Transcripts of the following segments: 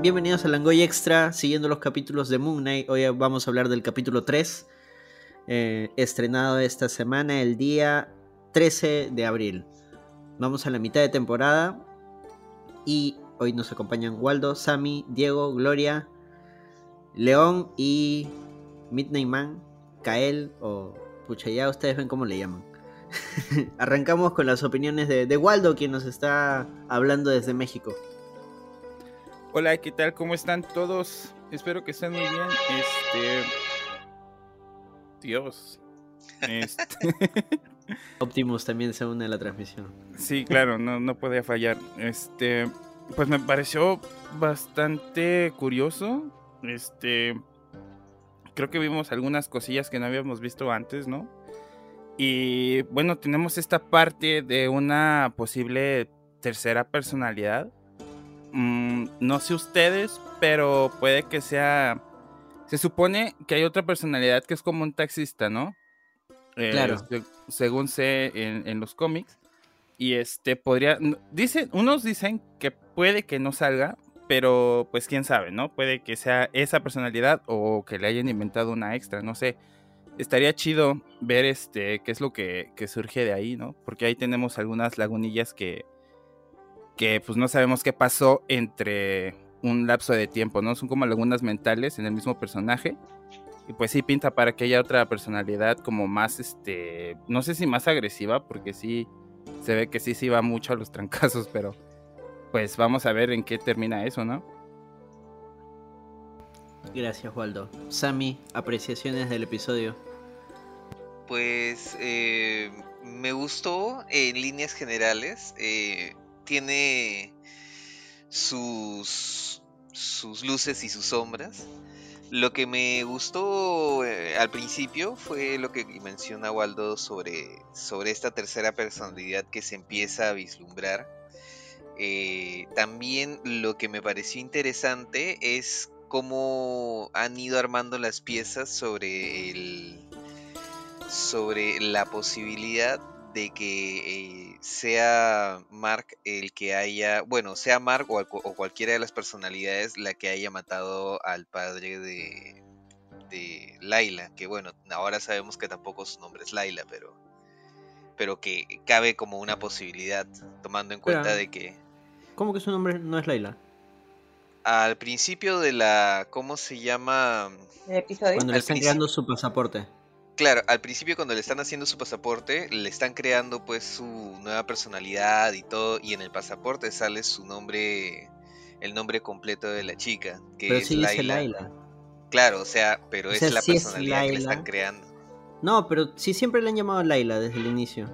bienvenidos a Langoy Extra, siguiendo los capítulos de Moon Knight. Hoy vamos a hablar del capítulo 3, estrenado esta semana el día 13 de abril. Vamos a la mitad de temporada y hoy nos acompañan Waldo, Sammy, Diego, Gloria, León y Midnight Man, Kael o pucha, ya ustedes ven cómo le llaman. Arrancamos con las opiniones de Waldo, quien nos está hablando desde México. Hola, ¿qué tal? ¿Cómo están todos? Espero que estén muy bien. Dios. Optimus también se une a la transmisión. Sí, claro, no podía fallar. Pues me pareció bastante curioso. Creo que vimos algunas cosillas que no habíamos visto antes, ¿no? Y bueno, tenemos esta parte de una posible tercera personalidad. No sé ustedes, pero puede que sea... Se supone que hay otra personalidad que es como un taxista, ¿no? Claro. Según sé en los cómics. Y unos dicen que puede que no salga, pero pues quién sabe, ¿no? Puede que sea esa personalidad o que le hayan inventado una extra, no sé. Estaría chido ver qué es lo que surge de ahí, ¿no? Porque ahí tenemos algunas lagunillas que pues no sabemos qué pasó entre un lapso de tiempo, ¿no? Son como lagunas mentales en el mismo personaje. Y pues sí pinta para que haya otra personalidad como más, no sé si más agresiva, porque sí se ve que sí va mucho a los trancazos, pero pues vamos a ver en qué termina eso, ¿no? Gracias, Waldo. Sammy, apreciaciones del episodio. Pues me gustó en líneas generales. Tiene sus luces y sus sombras. Lo que me gustó al principio fue lo que menciona Waldo sobre esta tercera personalidad que se empieza a vislumbrar. También lo que me pareció interesante es cómo han ido armando las piezas sobre la posibilidad de que sea Mark el que haya, bueno, sea Mark o cualquiera de las personalidades la que haya matado al padre de Layla, que bueno, ahora sabemos que tampoco su nombre es Layla, pero que cabe como una posibilidad, tomando en cuenta de que ¿Cómo que su nombre no es Layla? al principio de la, ¿cómo se llama? ¿El episodio? Cuando le están creando su pasaporte. Claro, al principio cuando le están haciendo su pasaporte, le están creando pues su nueva personalidad y todo, y en el pasaporte sale su nombre, el nombre completo de la chica, que Pero es sí dice Layla. Layla. Claro, o sea, pero O es sea, la sí es personalidad que le están Layla. creando. No, pero sí siempre le han llamado Layla desde el inicio.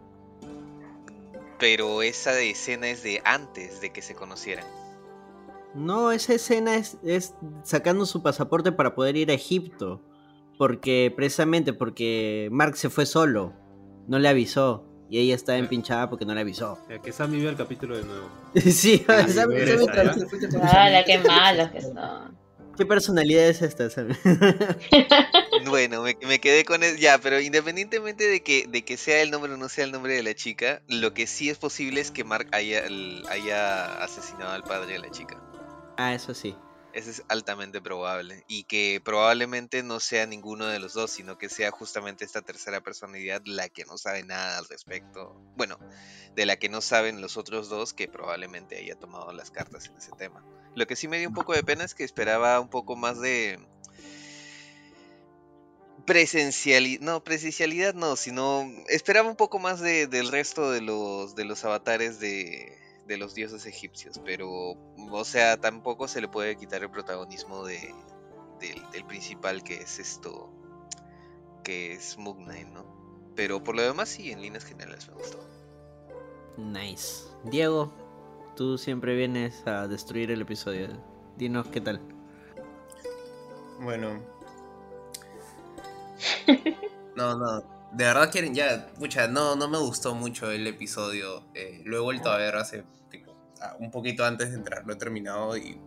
Pero esa escena es de antes de que se conocieran. No, esa escena es sacando su pasaporte para poder ir a Egipto. Precisamente porque Mark se fue solo. No le avisó. Y ella estaba empinchada porque no le avisó. Que Sammy vio el capítulo de nuevo. Sí, Sammy, ¡Hala, qué malos que son! ¿qué personalidad es esta, Sammy? Bueno, me quedé con eso. Ya, pero independientemente de que sea el nombre o no sea el nombre de la chica, lo que sí es posible es que Mark haya asesinado al padre de la chica. Ah, eso sí. Eso es altamente probable. Y que probablemente no sea ninguno de los dos, sino que sea justamente esta tercera personalidad la que no sabe nada al respecto. Bueno, de la que no saben los otros dos, que probablemente haya tomado las cartas en ese tema. Lo que sí me dio un poco de pena es que esperaba un poco más de presencialidad no, sino esperaba un poco más del resto de los avatares de los dioses egipcios, pero, o sea, tampoco se le puede quitar el protagonismo del principal, que es esto, que es Moon Knight, ¿no? Pero por lo demás sí, en líneas generales me gustó. Nice. Diego, tú siempre vienes a destruir el episodio. Dinos qué tal. Bueno. No. De verdad quieren ya, pucha, no me gustó mucho el episodio. Lo he vuelto a ver hace un poquito antes de entrar, lo he terminado y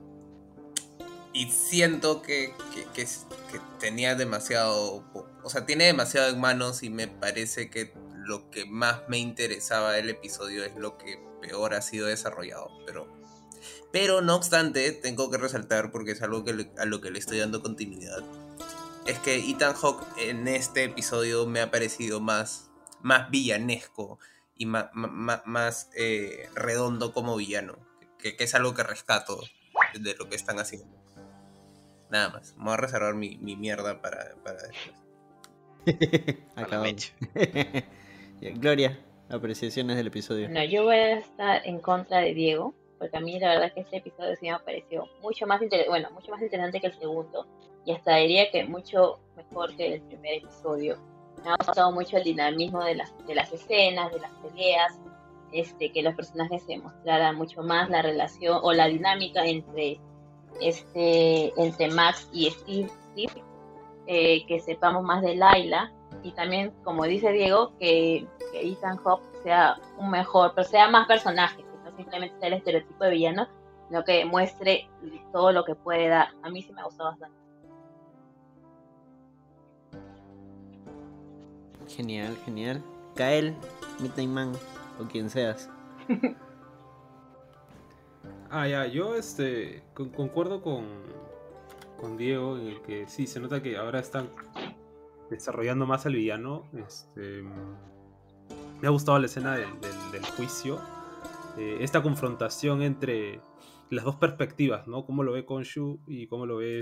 siento que tenía demasiado, o sea, tiene demasiado en manos y me parece que lo que más me interesaba del episodio es lo que peor ha sido desarrollado, pero Pero no obstante, tengo que resaltar, porque es algo a lo que le estoy dando continuidad, es que Ethan Hawke en este episodio me ha parecido más villanesco y más redondo como villano, que es algo que rescato de lo que están haciendo. Nada más, me voy a reservar mi mierda para después. Acabamos. mecha. Ya, Gloria, apreciaciones del episodio. No, yo voy a estar en contra de Diego, porque a mí la verdad que este episodio sí me pareció mucho más mucho más interesante que el segundo, y hasta diría que mucho mejor que el primer episodio. Me ha gustado mucho el dinamismo de las escenas, de las peleas, que los personajes se mostraran mucho más la relación o la dinámica entre Max y Steve, que sepamos más de Layla, y también, como dice Diego, que Ethan Hawke sea un mejor, pero sea más personaje, que no simplemente sea el estereotipo de villano, sino que muestre todo lo que puede dar. A mí sí me gustó bastante. Genial, genial. Kael, Midnight Man, o quien seas. Ya, yo concuerdo con Diego en el que sí, se nota que ahora están desarrollando más al villano. Me ha gustado la escena del juicio. Esta confrontación entre las dos perspectivas, ¿no? Cómo lo ve Khonshu y cómo lo ve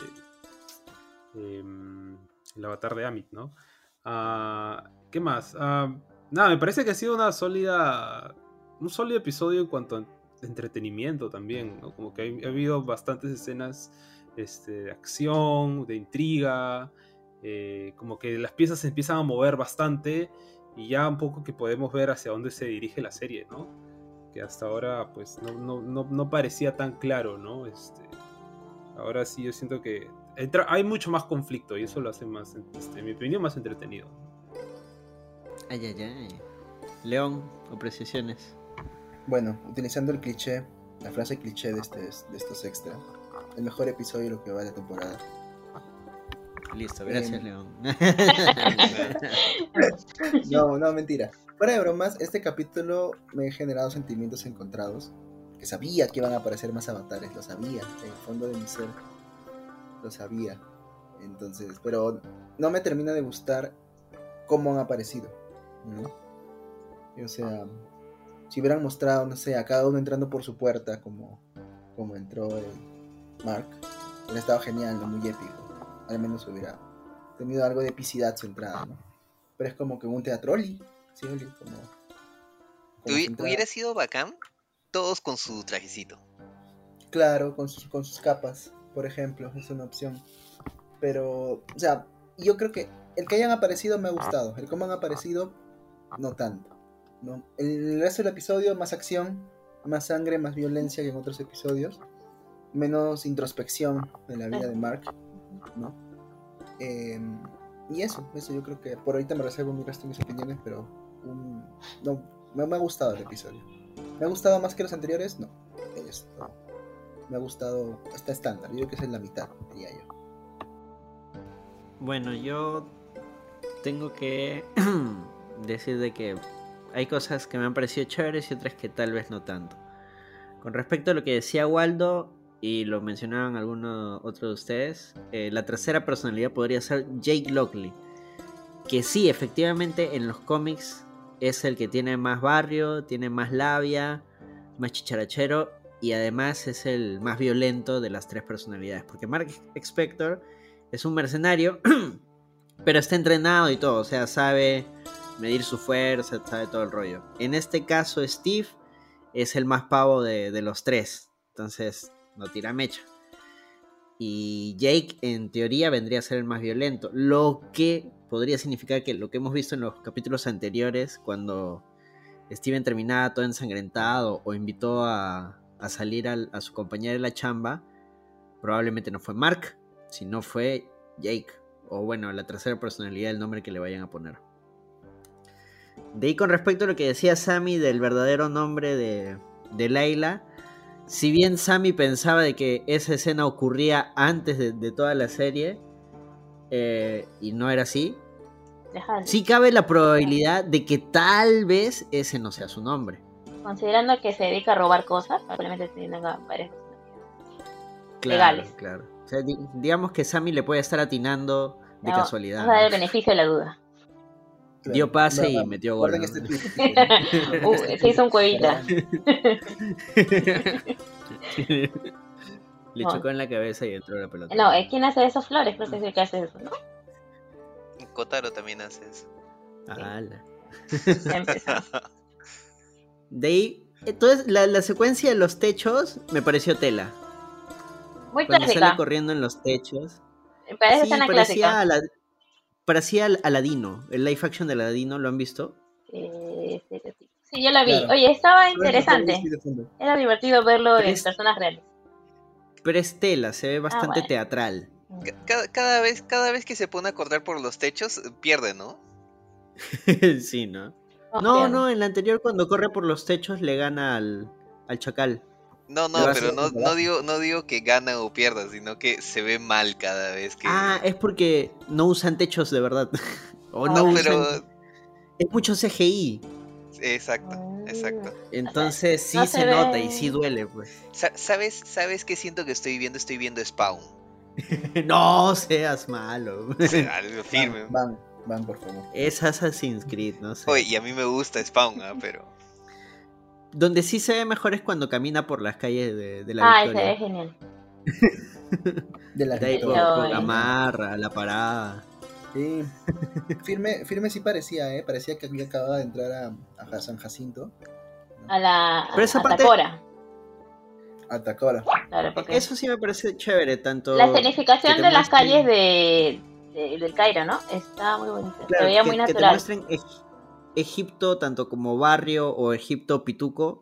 el avatar de Amit, ¿no? ¿Qué más? Nada, me parece que ha sido un sólido episodio en cuanto a entretenimiento también, ¿no? Como que ha habido bastantes escenas de acción, de intriga, como que las piezas se empiezan a mover bastante y ya un poco que podemos ver hacia dónde se dirige la serie, ¿no? Que hasta ahora pues no parecía tan claro, ¿no? Ahora sí yo siento que hay mucho más conflicto y eso lo hace más, en mi opinión, más entretenido. Ay, ay, ay. León, apreciaciones. Bueno, utilizando el cliché, la frase cliché de estos extras, el mejor episodio de lo que va de la temporada. Listo, gracias, León. No, mentira. Fuera de bromas, este capítulo me ha generado sentimientos encontrados. Que sabía que iban a aparecer más avatares, lo sabía, en el fondo de mi ser. Lo sabía. Entonces, pero no me termina de gustar cómo han aparecido, ¿no? O sea, si hubieran mostrado, no sé, a cada uno entrando por su puerta como entró el Mark, hubiera estado genial, ¿no? Muy épico. Al menos hubiera tenido algo de epicidad su entrada, ¿no? Pero es como que un teatroli, ¿sí? Como Hubiera sido bacán todos con su trajecito. Claro, con sus capas, por ejemplo, es una opción. Pero, o sea, yo creo que el que hayan aparecido me ha gustado. El cómo han aparecido, no tanto, ¿no? El resto del episodio, más acción, más sangre, más violencia que en otros episodios. Menos introspección de la vida de Mark, ¿no? Y eso yo creo que por ahorita me reservo mi resto de mis opiniones, pero no, me ha gustado el episodio. ¿Me ha gustado más que los anteriores? No. Me ha gustado, está estándar, yo creo que es en la mitad, diría yo. Bueno, yo tengo que decir de que hay cosas que me han parecido chéveres y otras que tal vez no tanto. Con respecto a lo que decía Waldo, y lo mencionaban algunos otros de ustedes, la tercera personalidad podría ser Jake Lockley, que sí, efectivamente en los cómics es el que tiene más barrio, tiene más labia, más chicharachero, y además es el más violento de las tres personalidades, porque Mark Spector es un mercenario pero está entrenado y todo, o sea, sabe medir su fuerza, sabe todo el rollo. En este caso Steve es el más pavo de los tres, entonces no tira mecha. Y Jake en teoría vendría a ser el más violento, lo que podría significar que lo que hemos visto en los capítulos anteriores, cuando Steven terminaba todo ensangrentado o invitó a salir a su compañera de la chamba, probablemente no fue Mark, sino fue Jake, o bueno, la tercera personalidad, el nombre que le vayan a poner. De ahí, con respecto a lo que decía Sammy del verdadero nombre de Layla, si bien Sammy pensaba de que esa escena ocurría antes de toda la serie, y no era así, sí cabe la probabilidad de que tal vez ese no sea su nombre. considerando que se dedica a robar cosas, probablemente tenga varias Claro, legales. claro. O sea, digamos que Sammy le puede estar atinando de No, casualidad. Vamos a dar el ¿no? beneficio de la duda. Dio pase y Vamos, metió gol. guarden ¿no? este tweet. Se hizo un cuevita. Le No. chocó en la cabeza y entró la pelota. No, ¿quién hace eso? Flores, creo que es el que hace eso, ¿no? Kotaro también hace eso. Ala. Ya empezamos. De ahí, entonces la secuencia de los techos me pareció tela. Muy Cuando clásica. sale corriendo en los techos. Parece Sí, escena parecía, clásica. parecía Aladino. El live action de Aladino, ¿lo han visto? Sí, yo la vi. Claro. Oye, estaba Solo el interesante. tweet de fondo. Era divertido verlo Pero en es- personas reales. Pero es tela, se ve bastante bueno. teatral. Cada vez que se pone a correr por los techos, pierde, ¿no? Sí, ¿no? Oh, No, en la anterior cuando corre por los techos le gana al chacal. No, Le va pero haciendo no digo que gana o pierda, sino que se ve mal cada vez que... Ah, es porque no usan techos de verdad. O No, no pero... usan... Es mucho CGI. Exacto, exacto. Entonces sí no se se ve- nota y sí duele, pues. ¿Sabes qué siento que estoy viendo? Estoy viendo Spawn. No seas malo. O sea, algo firme. Van, por favor. Es Assassin's Creed, no sé. Oye, y a mí me gusta Spawn, pero... Donde sí se ve mejor es cuando camina por las calles de la Ay, se ve Victoria. genial. De la De ahí por Victoria. Gamarra, la parada. Sí. Firme sí parecía, ¿eh? Parecía que había acabado de entrar a San Jacinto. A la Pero esa a parte- Takora. A Takora. Claro, porque Eso sí me parece chévere, tanto... la escenificación que te de las muestren- calles del Cairo, ¿no? Está muy bonita. Claro, se veía que- muy que te natural. muestren Egipto tanto como barrio o Egipto pituco,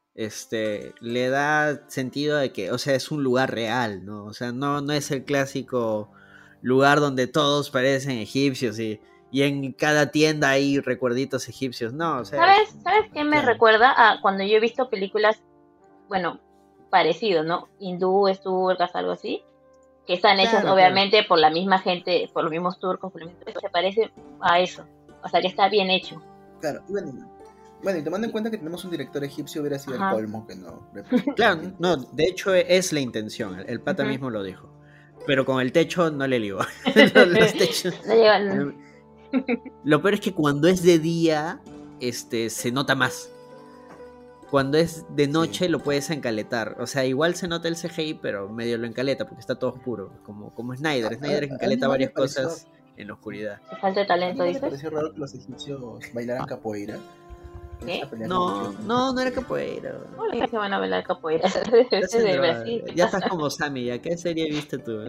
le da sentido de que, o sea, es un lugar real, ¿no? O sea, no es el clásico lugar donde todos parecen egipcios y en cada tienda hay recuerditos egipcios, no, o sea... ¿Sabes qué me claro. recuerda a cuando yo he visto películas, bueno, parecido, ¿no? Hindúes, turcas, algo así, que están hechas Claro, obviamente por la misma gente, por los mismos turcos, por los mismos... se parece a eso. O sea, que está bien hecho. Claro, bueno, y tomando en cuenta que tenemos un director egipcio, hubiera sido Ajá. el colmo que no. Claro, no, de hecho es la intención, el pata Ujú. mismo lo dijo. Pero con el techo no le ligo. Los techos... No llegan- Lo peor es que cuando es de día, se nota más. Cuando es de noche lo puedes encaletar. O sea, igual se nota el CGI, pero medio lo encaleta porque está todo oscuro. Como Snyder. Snyder A mí encaleta no me varias pareció- cosas en la oscuridad. Te falta de talento, ¿No me dices. pareció raro que los egipcios bailaran capoeira? ¿Qué? Esa pelea No, con- no era capoeira. ¿Cómo le que van a bailar capoeira? Ya Ese se de lo- Brasil. ¿Qué ya pasa? estás como Sammy, ¿ya qué serie viste tú?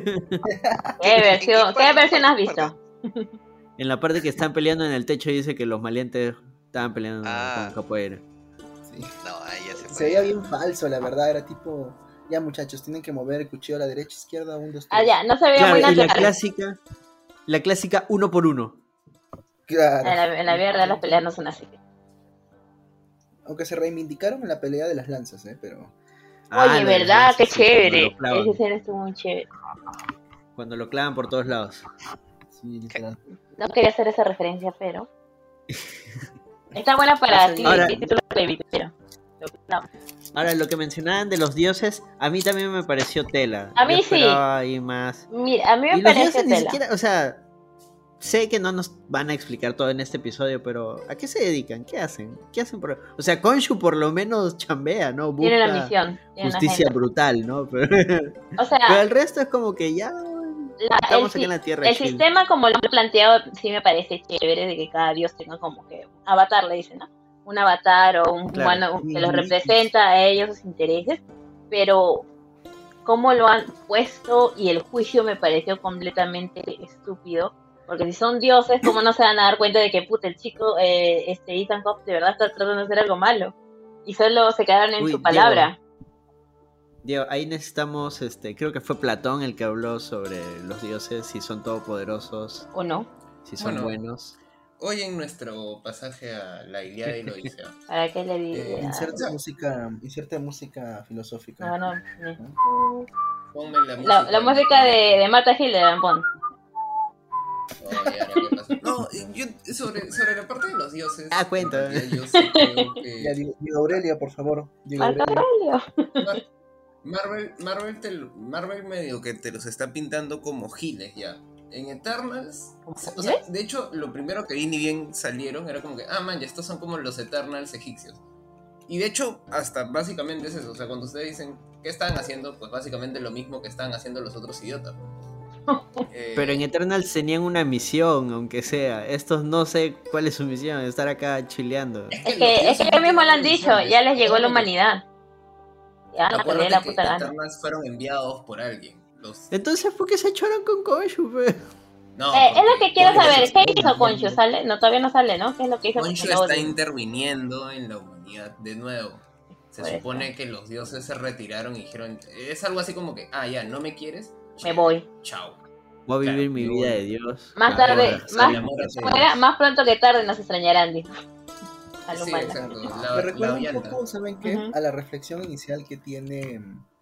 ¿Qué versión has visto? En la parte que están peleando en el techo dice que los maleantes estaban peleando Ah. con capoeira. Sí. No, ahí ya se Se fue. veía bien falso, la verdad. Era tipo, ya muchachos, tienen que mover el cuchillo a la derecha, izquierda, 1, 2, 3. Ah, ya, no se veía Claro, muy y la natural. clásica 1 por 1. Claro. En la vida real las peleas no son así. Aunque se reivindicaron en la pelea de las lanzas, pero... Oye, ¿verdad? Qué chévere. Cuando lo clavan, Ese escena estuvo muy chévere. cuando lo clavan por todos lados. Sí, literal. No quería hacer esa referencia, pero... Está buena para ti, Ahora- título de baby, pero... No. Ahora, lo que mencionaban de los dioses, a mí también me pareció tela. A mí Yo sí. esperaba ahí más. Mira, a mí Y me los parece dioses ni tela. siquiera, o sea, sé que no nos van a explicar todo en este episodio, pero ¿a qué se dedican? ¿Qué hacen? ¿Qué hacen o sea, Khonshu por lo menos chambea, ¿no? Tiene una Busca misión. Tiene una justicia agenda. brutal, ¿no? Pero, O sea, pero el resto es como que ya estamos aquí en la Tierra. el chill. sistema como lo han planteado sí me parece chévere, de que cada dios tenga como que avatar, le dicen, ¿no? Un avatar o un Claro. humano que los representa a ellos, sus intereses, pero cómo lo han puesto y el juicio me pareció completamente estúpido, porque si son dioses, ¿cómo no se van a dar cuenta de que puta, el chico, Ethan Hawke de verdad está tratando de hacer algo malo? Y solo se quedaron en Uy, su palabra. Diego, ahí necesitamos, creo que fue Platón el que habló sobre los dioses, si son todopoderosos, ¿O no? si son Bueno. buenos. Hoy en nuestro pasaje a la Ilíada y la Odisea. ¿Para qué le digo? Inserte música filosófica. No, no. Ponme la La música de Mata Hildebrand, pon. Oh, ya, ¿qué pasa? No, yo sobre la parte de los dioses. Cuenta. en realidad, yo sí creo que Ya, Diego Aurelio, por favor. Diego Marco Aurelio. Aurelio. Marvel medio que te los está pintando como giles ya. En Eternals, ¿Como o sea, giles? de hecho, lo primero que vi ni bien salieron era como que, man, ya estos son como los Eternals egipcios. Y de hecho, hasta básicamente es eso. O sea, cuando ustedes dicen, ¿qué están haciendo? Pues básicamente lo mismo que están haciendo los otros idiotas. Pero en Eternals tenían una misión, aunque sea. Estos no sé cuál es su misión, estar acá chileando. Es que ellos mismos lo han dicho, ya les llegó la humanidad. Ya van a perder la Acuérdate que puta gana. Eternals fueron enviados por alguien. Entonces, ¿por qué se echaron con Khonshu, pe? No, Es lo porque que quiero Khonshu saber, está- ¿qué hizo Concho? ¿Sale? No, todavía no sale, ¿no? ¿Qué es lo que hizo Khonshu Concho? está interviniendo en la humanidad de nuevo. Se Por eso. supone que los dioses se retiraron y dijeron, es algo así como que, ya, ¿no me quieres? Me voy. Chao. Voy a vivir Claro, mi yo vida voy. de Dios. Más para tarde, abrazar más, mi amor a corazón. todos. más pronto que tarde nos extrañarán, dijo. Al Sí, humano. exacto. Me La recuerda un llanta. poco, ¿saben qué? Ujú. A la reflexión inicial que tiene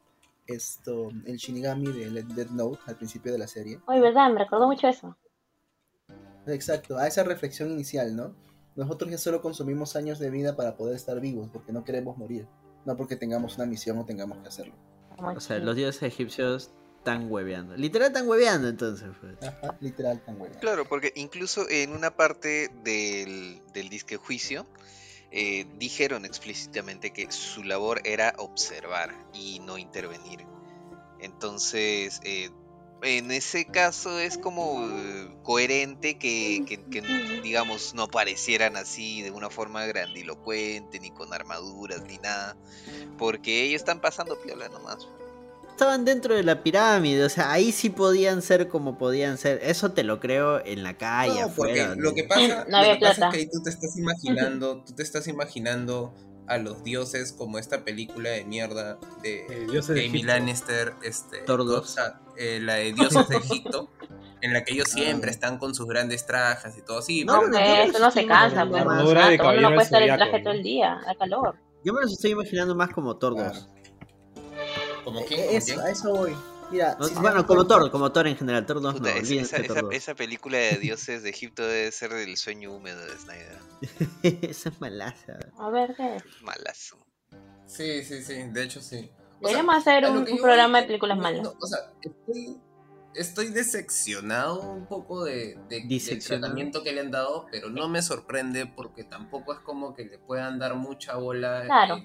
el Shinigami de Death Note al principio de la serie. Oye, ¿verdad? Me recordó mucho eso. Exacto, a esa reflexión inicial, ¿no? Nosotros ya solo consumimos años de vida para poder estar vivos, porque no queremos morir, no porque tengamos una misión o tengamos que hacerlo. O sea, los dioses egipcios están hueveando. Literal están hueveando entonces, pues. Ajá, literal, tan bueno. Claro, porque incluso en una parte del disque juicio dijeron explícitamente que su labor era observar y no intervenir. Entonces, en ese caso es como coherente que, digamos, no parecieran así de una forma grandilocuente, ni con armaduras, ni nada. Porque ellos están pasando piola nomás. Estaban dentro de la pirámide, o sea, ahí sí podían ser como podían ser. Eso te lo creo en la calle, No, porque afuera. lo que pasa, No había lo que pasa plata. es que ahí tú te estás imaginando a los dioses como esta película de mierda de Dioses de Jamie Egipto. Lannister, Thor 2. la de Dioses de Egipto, en la que ellos siempre están con sus grandes trajes y todo así. No, pero- bueno, yo Eso no se cansa, imagino pues. más- Armadura de Exacto, uno no caballero puede del estar en Zodiaco, traje ¿no? todo el día, da calor. Yo me los estoy imaginando más como Thor 2. Claro. ¿Como quién? ¿Como Eso, quién? a eso voy. Mira, si se Bueno, dan como cuenta- Thor en general. Thor 2 no, Puta, olvídense de Thor 2. esa película de dioses de Egipto debe ser del sueño húmedo de Snyder. Esa es malaza. A ver, ¿qué es? Malazo. Sí, de hecho sí. O sea, Deberíamos hacer a lo un que yo programa voy, de películas malas. o sea, estoy decepcionado un poco del Diseccionado. tratamiento que le han dado, pero no me sorprende porque tampoco es como que le puedan dar mucha bola Claro.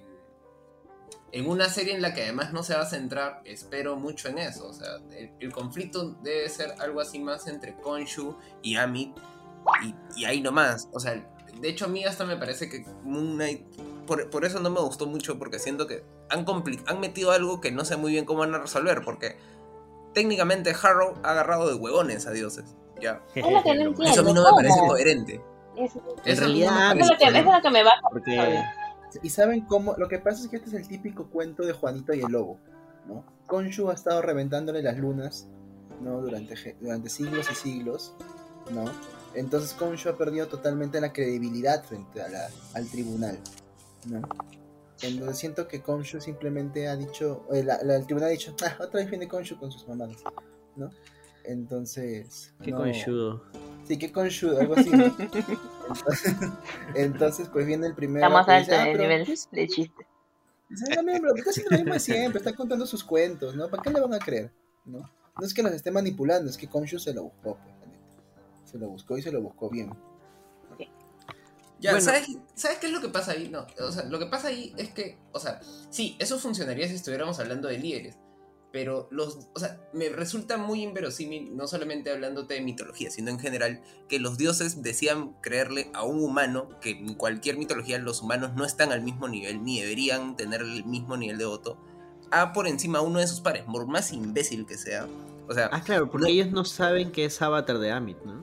en una serie en la que además no se va a centrar, espero mucho en eso. O sea, el conflicto debe ser algo así más entre Khonshu y Amit y ahí nomás. O sea, de hecho a mí hasta me parece que Moon Knight, por eso no me gustó mucho, porque siento que han metido algo que no sé muy bien cómo van a resolver, porque técnicamente Harrow ha agarrado de huevones a dioses. Ya. Es lo que no entiendo. Eso a mí no me ¿cómo? parece coherente. Eso, En Eso a mí no me realidad, eso es lo que, parece eso es lo que me baja. Porque Y saben cómo, lo que pasa es que este es el típico cuento de Juanito y el lobo, ¿no? Khonshu ha estado reventándole las lunas, ¿no? Durante siglos y siglos, ¿no? Entonces Khonshu ha perdido totalmente la credibilidad frente al tribunal, ¿no? Entonces siento que Khonshu simplemente ha dicho, el tribunal ha dicho, otra vez viene Khonshu con sus mamadas, ¿no? Entonces... qué no. conchudo. Sí, qué Khonshu, algo así, ¿no? Entonces, pues viene el primero. Estamos que alto dice, en el pero nivel pues, de chiste. dice, "No, miembro, está haciendo lo mismo de siempre, está contando sus cuentos, ¿no? ¿Para qué le van a creer? ¿No? No es que nos esté manipulando, es que Khonshu se lo buscó, pues, la neta. Se lo buscó y se lo buscó bien. Ya, Bueno. ¿sabes qué es lo que pasa ahí? No, o sea, lo que pasa ahí es que, o sea, sí, eso funcionaría si estuviéramos hablando de líderes, pero o sea, me resulta muy inverosímil, no solamente hablándote de mitología, sino en general, que los dioses decían creerle a un humano, que en cualquier mitología los humanos no están al mismo nivel, ni deberían tener el mismo nivel de voto, a por encima a uno de sus pares, por más imbécil que sea. O sea, Claro, porque no- ellos no saben que es Avatar de Amit, ¿no?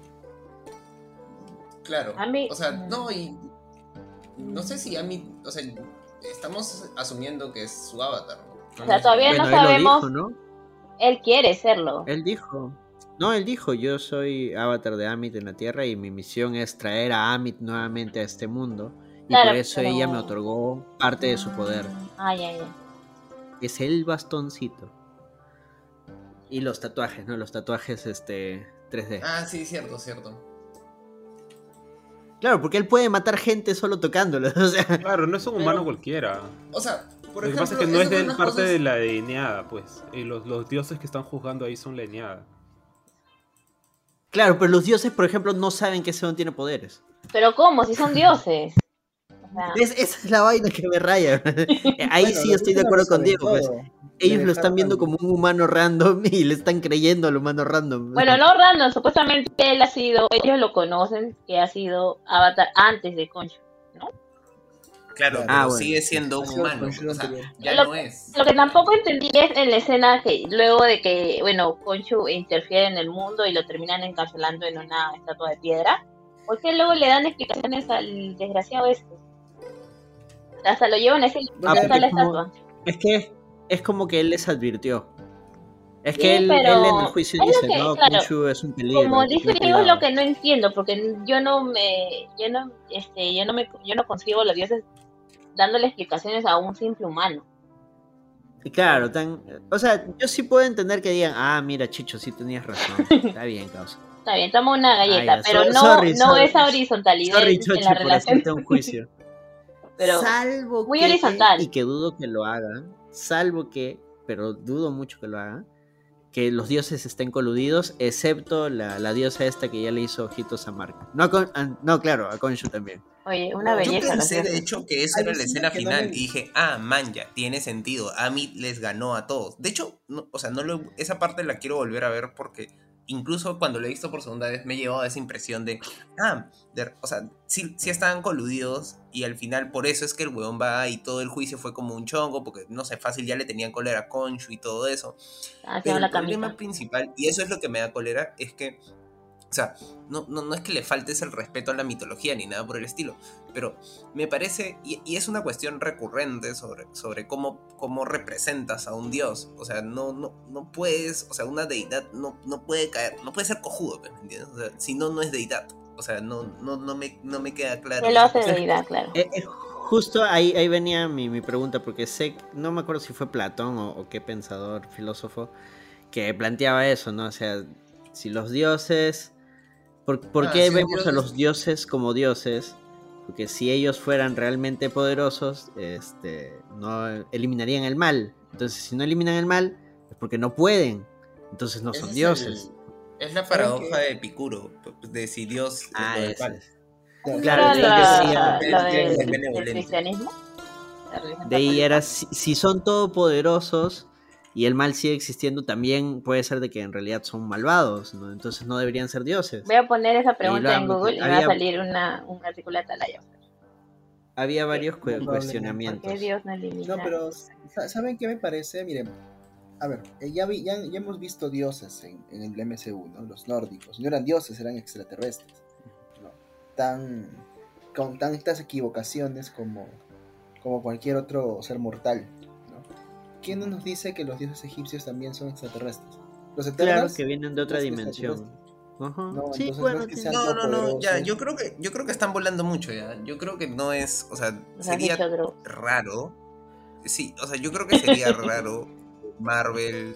claro, A mí- o sea, no, y no sé si a mí, o sea, estamos asumiendo que es su avatar, ¿no? O sea, todavía Bueno, no él lo sabemos. dijo, ¿no? Él quiere serlo. Él dijo. No, él dijo, yo soy Avatar de Amit en la Tierra y mi misión es traer a Amit nuevamente a este mundo. Y Claro, por eso pero- ella me otorgó parte de su poder. Ay, ay, ay. Es el bastoncito. Y los tatuajes, ¿no? Los tatuajes 3D. Ah, sí, cierto. Claro, porque él puede matar gente solo tocándolo. O sea, Claro, no es un humano cualquiera. O sea, por Lo que ejemplo, pasa es que no es esas de son las parte cosas- de la Eneada, pues. Los dioses que están juzgando ahí son la Eneada. claro, pero los dioses, por ejemplo, no saben que ese don tiene poderes. Pero ¿cómo? Si son dioses. O sea, Esa es la vaina que me raya. Ahí Bueno, sí los estoy de dioses acuerdo lo saben contigo. Pues. todo. Ellos Le lo están viendo dejaron- como un humano random y le están creyendo al humano random. bueno, no random, supuestamente él ha sido, ellos lo conocen, que ha sido Avatar antes de Khonshu, ¿no? Claro, Ah, pero bueno. sigue siendo un Ha sido humano. Khonshu O sea, anterior. ya Lo- no es. Lo que tampoco entendí es en la escena que luego de que, bueno, Khonshu interfiere en el mundo y lo terminan encarcelando en una estatua de piedra, ¿por qué luego le dan explicaciones al desgraciado este? Hasta lo llevan a ese Porque hasta la es como- estatua. Es que es como que él les advirtió. Es Sí, que él pero en el juicio es lo dice, que, no, claro, Khonshu es un peligro. Como ten dice Diego, es cuidado. lo que no entiendo, porque yo no concibo a los dioses dándole explicaciones a un simple humano. Y claro, o sea, yo sí puedo entender que digan, ah, mira, Chicho, sí tenías razón. Está bien, causa. Está bien, toma una galleta, Ah, ya, pero sorry, no sorry. esa horizontalidad Sorry, en Chochi, la por relación. hacerte un juicio. Pero Salvo muy que, horizontal. y que dudo que lo hagan, salvo que, pero dudo mucho que lo hagan, que los dioses estén coludidos, excepto la diosa esta que ya le hizo ojitos a Mark. No, claro, a Khonshu también. Oye, una Yo belleza. los pensé, de dioses. hecho, que esa era la Alucina escena que no final. me- Y dije, man, ya, tiene sentido. Amit les ganó a todos. De hecho, no, o sea, esa parte la quiero volver a ver porque incluso cuando lo he visto por segunda vez me he llevado a esa impresión de, o sea, sí estaban coludidos y al final por eso es que el weón va y todo el juicio fue como un chongo porque, no sé, fácil ya le tenían cólera a Khonshu y todo eso. Haciendo Pero la el problema camisa. principal, y eso es lo que me da cólera, es que, o sea, no es que le faltes el respeto a la mitología ni nada por el estilo, pero me parece, y es una cuestión recurrente sobre cómo representas a un dios. O sea, no puedes, o sea, una deidad no puede caer, no puede ser cojudo, ¿me entiendes? O sea, si no es deidad. O sea, no me queda claro. Se lo hace deidad, claro. Justo ahí venía mi pregunta, porque no me acuerdo si fue Platón o qué pensador, filósofo, que planteaba eso, ¿no? O sea, si los dioses... ¿Por qué sí, vemos a dioses. los dioses como dioses? Porque si ellos fueran realmente poderosos, no eliminarían el mal. Entonces, si no eliminan el mal, es porque no pueden. Entonces no son Ese dioses. es la paradoja de Epicuro, de si Dios Ah, lo del ese mal. es. Claro, Claro, Era de ahí decía- la es del benevolente. cristianismo. La religión De ahí católica. era, si son todopoderosos y el mal sigue existiendo, también puede ser de que en realidad son malvados, ¿no? Entonces no deberían ser dioses. Voy a poner esa pregunta en lo- Google y me va a había- salir un artículo de Atalaya. Había varios Probablemente. ¿Por cuestionamientos. qué Dios no elimina? No, pero ¿saben qué me parece? Miren, a ver, ya hemos visto dioses en el MCU, ¿no? Los nórdicos. No eran dioses, eran extraterrestres. ¿No? Con tantas equivocaciones como cualquier otro ser mortal. ¿No? ¿Quién no nos dice que los dioses egipcios también son extraterrestres? Los Claro, eternos, que vienen de otra más que dimensión. Ajá. No, Sí, entonces bueno, no es que tiene- sean No, todopoderosos. ya, yo creo que están volando mucho ya. Yo creo que no es, o sea, Nos has sería dicho, Drew. raro. Sí, o sea, yo creo que sería raro Marvel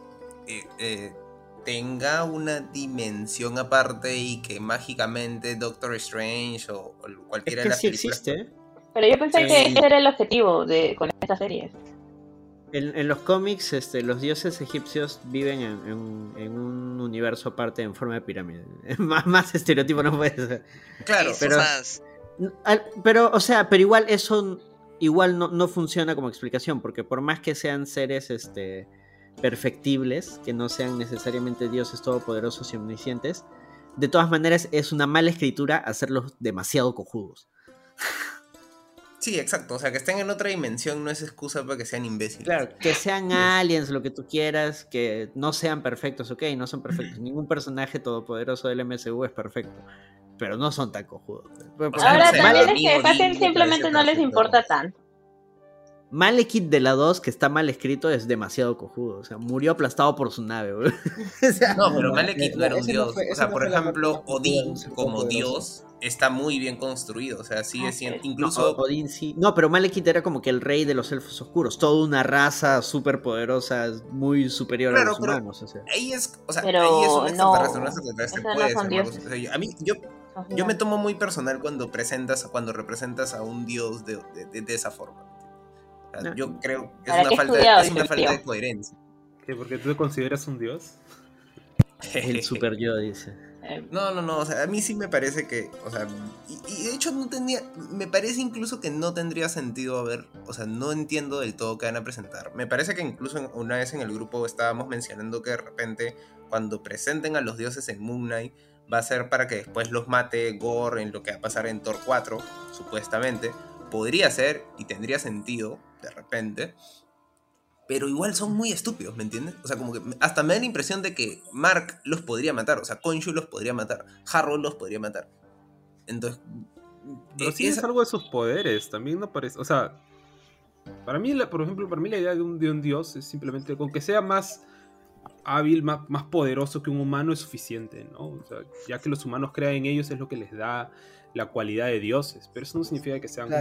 tenga una dimensión aparte y que mágicamente Doctor Strange o es cualquiera de que las sí películas. existe. Pero yo pensé Sí. que ese era el objetivo con esta serie. En los cómics, los dioses egipcios viven en un universo aparte en forma de pirámide. Más estereotipo no puede ser. Claro, Eso, pero- o sea, Pero, o sea, pero igual eso igual no funciona como explicación, porque por más que sean seres perfectibles, que no sean necesariamente dioses todopoderosos y omniscientes, de todas maneras es una mala escritura hacerlos demasiado cojudos. sí, exacto. O sea, que estén en otra dimensión no es excusa para que sean imbéciles. Claro, que sean aliens, lo que tú quieras, que no sean perfectos, ok, no son perfectos. Ningún personaje todopoderoso del MCU es perfecto, pero no son tan cojudos. O sea, Ahora no sé, también a es mí que Odín fácil me simplemente parece no les perfecto. importa tanto. Malekith de la 2, que está mal escrito, es demasiado cojudo. O sea, murió aplastado por su nave, bro. O sea, No, pero No, Malekith no era un ese no dios. fue- O ese sea, no por fue la ejemplo, parte más popular, un Odín ser como todopoderoso. dios está muy bien construido. O sea, sigue Ah, siendo. sí. Incluso. Odín sí. No, pero Malekith era como que el rey de los elfos oscuros. Toda una raza súper poderosa, muy superior a Claro, los pero- humanos. O sea. Ahí es. O sea, Pero ahí es un no, extraterrestre. Un extraterrestre esos no puede son ser. dioses. O sea, yo me tomo muy personal cuando representas a un dios de esa forma. O sea, yo creo que ¿Para qué es estudiado, una falta de tío? coherencia. ¿Qué? ¿Porque tú te consideras un dios? El super yo, dice. No, o sea, a mí sí me parece que, o sea, y de hecho me parece incluso que no tendría sentido o sea, no entiendo del todo qué van a presentar. Me parece que incluso una vez en el grupo estábamos mencionando que de repente cuando presenten a los dioses en Moon Knight va a ser para que después los mate Gore en lo que va a pasar en Thor 4, supuestamente. Podría ser y tendría sentido, de repente. Pero igual son muy estúpidos, ¿me entiendes? O sea, como que hasta me da la impresión de que Mark los podría matar. O sea, Khonshu los podría matar. Harrow los podría matar. Entonces... Pero sí es algo de sus poderes, también no parece... O sea, para mí, por ejemplo, para mí la idea de un dios es simplemente con que sea más hábil, más poderoso que un humano es suficiente, ¿no? O sea, ya que los humanos crean en ellos es lo que les da la cualidad de dioses, pero eso no significa que sean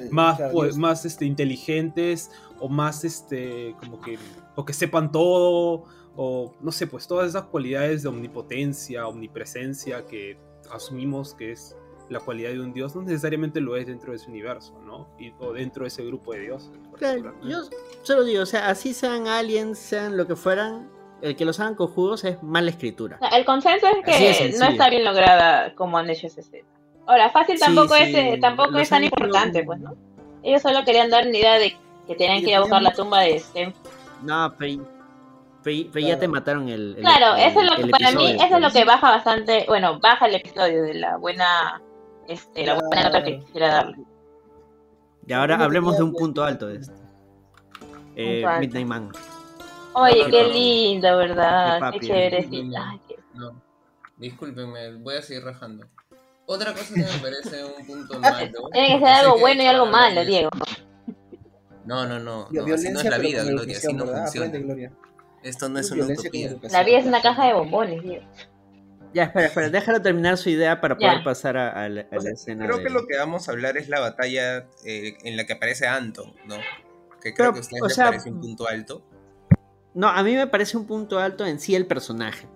más inteligentes o más como que o que sepan todo o no sé, pues todas esas cualidades de omnipotencia, omnipresencia que asumimos que es la cualidad de un dios, no necesariamente lo es dentro de ese universo, ¿no? O dentro de ese grupo de dioses. Claro, yo solo digo, o sea, así sean aliens, sean lo que fueran, el que los hagan cojudos es mala escritura. El consenso es que no está bien lograda como han hecho esa escena. Ahora, fácil tampoco es tan importante, pues, ¿no? Ellos solo querían dar una idea de que tenían que ir a buscar la tumba de Sten. No, pero ya te mataron el claro, eso es lo que para episodio, mí eso es lo que baja bastante, bueno, baja el episodio de la buena nota que quisiera darle. Y ahora hablemos de un punto alto de esto. Midnight Man. Oye, qué lindo, ¿verdad? Qué chévere. No, discúlpenme, voy a seguir rajando. Otra cosa que me parece un punto malo. Tiene que ser algo bueno y algo malo, Diego. No, así no es la vida, Gloria, así no funciona. Esto no es una utopía. La vida es una caja de bombones, Diego. Ya, espera, déjalo terminar su idea para poder pasar a la escena. Creo que lo que vamos a hablar es la batalla en la que aparece Anton, ¿no? Que creo que a ustedes les parece un punto alto. No, a mí me parece un punto alto en sí el personaje.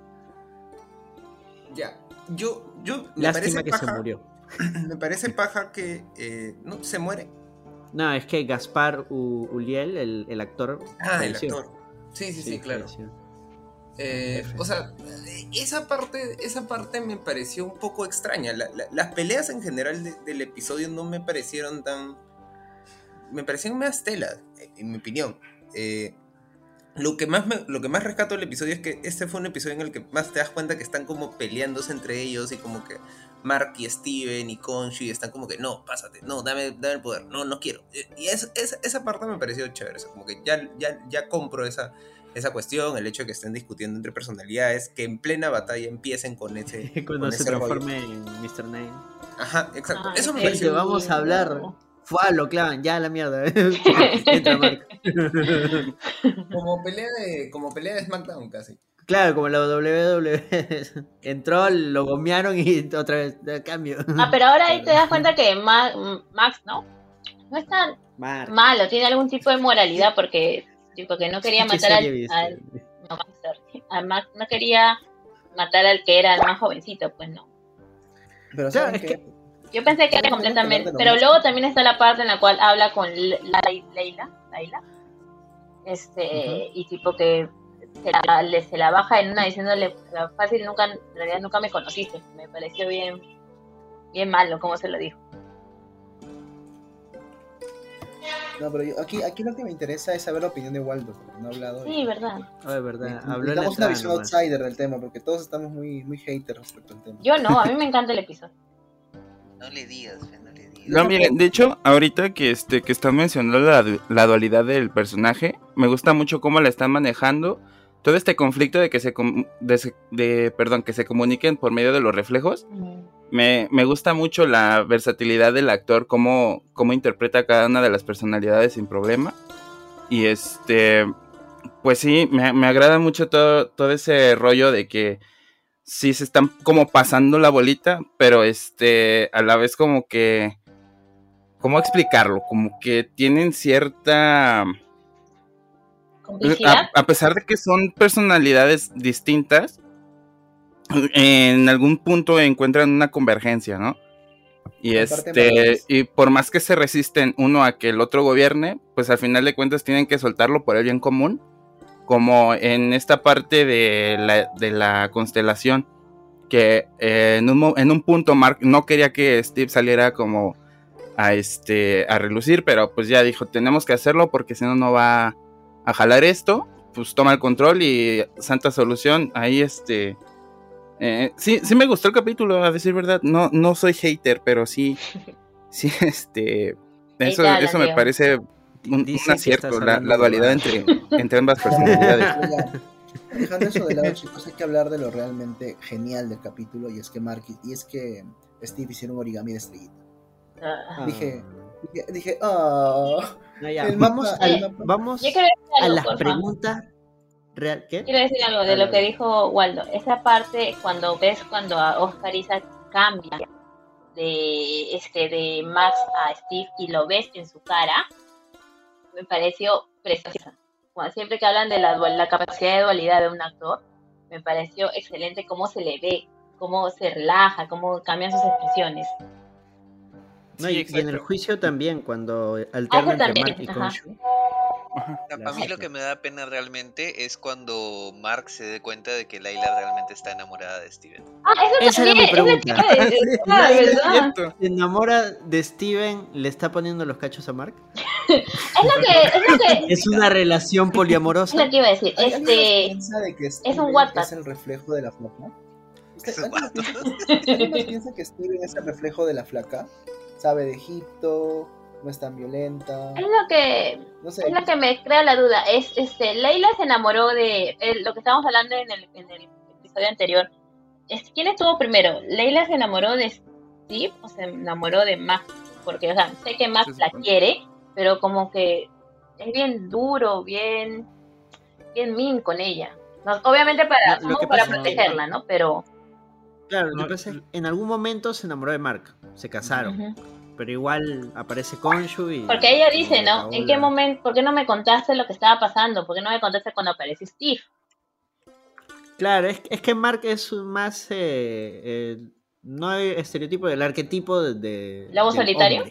Ya, yo lástima que se murió. Me parece paja que no se muere. No, es que Gaspar Ulliel, el actor. El actor. Sí, claro. O sea, esa parte me pareció un poco extraña. Las peleas en general del episodio no me parecieron tan... Me parecieron más telas, en mi opinión. Lo que más rescato del episodio es que este fue un episodio en el que más te das cuenta que están como peleándose entre ellos y como que Mark y Steven y Khonshu están como que no, pásate, no, dame el poder, no quiero. Y esa parte me pareció chévere, o sea, como que ya compro esa cuestión, el hecho de que estén discutiendo entre personalidades, que en plena batalla empiecen con ese cuando se transforme en Mr. Name. Ajá, exacto. Eso me pareció. Vamos a hablar. Fua, lo clavan, ya la mierda. Entra Mark. Como pelea de SmackDown casi. Claro, como la WWE. Entró, lo gomearon y otra vez, cambio. Pero ahora ahí te das cuenta que Max, ¿no? No es tan malo, tiene algún tipo de moralidad porque no quería matar Max no quería matar al que era el más jovencito, pues no. Pero claro, es que yo pensé que era completamente, pero luego también está la parte en la cual habla con Layla, y tipo que se la baja en una diciéndole fácil, en realidad nunca me conociste. Me pareció bien malo como se lo dijo. No, pero aquí lo que me interesa es saber la opinión de Waldo, porque no ha hablado. Sí, verdad. Es verdad. Necesitamos una visión outsider del tema, porque todos estamos muy haters respecto al tema. Yo no, a mí me encanta el episodio. No le digas. No, miren, de hecho, ahorita que están mencionando la dualidad del personaje, me gusta mucho cómo la están manejando. Todo este conflicto de que se comuniquen por medio de los reflejos. Me gusta mucho la versatilidad del actor, cómo interpreta cada una de las personalidades sin problema. Y pues sí, me agrada mucho todo ese rollo de que sí se están como pasando la bolita, pero a la vez como que, ¿cómo explicarlo? Como que tienen cierta... A pesar de que son personalidades distintas, en algún punto encuentran una convergencia, ¿no? Y y por más que se resisten uno a que el otro gobierne, pues al final de cuentas tienen que soltarlo por el bien común, como en esta parte de la constelación, que en un punto Mark no quería que Steve saliera como a relucir, pero pues ya dijo, tenemos que hacerlo porque si no, no va a jalar esto, pues toma el control y santa solución, ahí sí me gustó el capítulo, a decir verdad, no soy hater, pero sí, eso me parece un acierto, la dualidad entre ambas personalidades. Dejando eso de lado, chicos, hay que hablar de lo realmente genial del capítulo, y es que Steve hicieron un origami de estrellita. Dije, vamos a las preguntas. ¿Qué? Quiero decir algo de lo que dijo Waldo. Esa parte, cuando Oscar Isaac cambia de Max a Steve y lo ves en su cara, me pareció preciosa. Siempre que hablan de la capacidad de dualidad de un actor, me pareció excelente cómo se le ve, cómo se relaja, cómo cambian sus expresiones. No, y en el juicio también, cuando alterna entre Mark y Khonshu. A mí lo que me da pena realmente es cuando Mark se dé cuenta de que Layla realmente está enamorada de Steven. Esa era mi pregunta. ¿Verdad? ¿Se enamora de Steven? ¿Le está poniendo los cachos a Mark? Es lo que es una relación poliamorosa. Es lo que iba a decir. Piensa de que es un WhatsApp. Es el reflejo de la flaca. ¿Alguien piensa que Steven es el reflejo de la flaca? Sabe de Egipto, no es tan violenta. Es lo que me crea la duda. Layla se enamoró de lo que estábamos hablando en el episodio anterior. ¿Quién estuvo primero? ¿Layla se enamoró de Steve o se enamoró de Max? Porque, sé que Max la quiere, pero como que es bien duro, bien mean con ella. No, obviamente para protegerla, ¿no? Pero claro, lo que pasa es que en algún momento se enamoró de Mark, se casaron, pero igual aparece Khonshu y... Porque ella dice, ¿no? ¿En qué momento? ¿Por qué no me contaste lo que estaba pasando? ¿Por qué no me contaste cuando apareció Steve? Claro, es que Mark es más... no hay estereotipo del arquetipo de ¿Lobo solitario?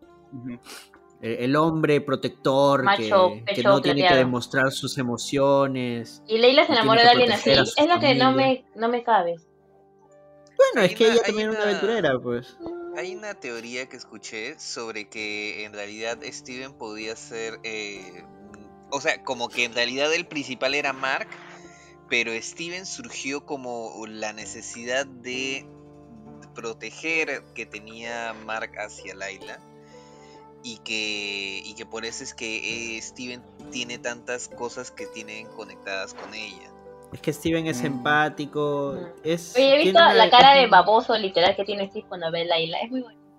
El hombre protector, macho, que no tiene que demostrar sus emociones. Y Layla se enamora de alguien así. Es lo que no me cabe. Bueno, es que ella también es una aventurera, pues. Hay una teoría que escuché sobre que en realidad Steven podía ser... o sea, como que en realidad el principal era Mark, pero Steven surgió como la necesidad de proteger que tenía Mark hacia Layla. Y que por eso es que Steven tiene tantas cosas que tienen conectadas con ella. Es que Steven es empático. Oye, he visto la cara de baboso literal que tiene Steve cuando ve a Layla. Es muy bueno.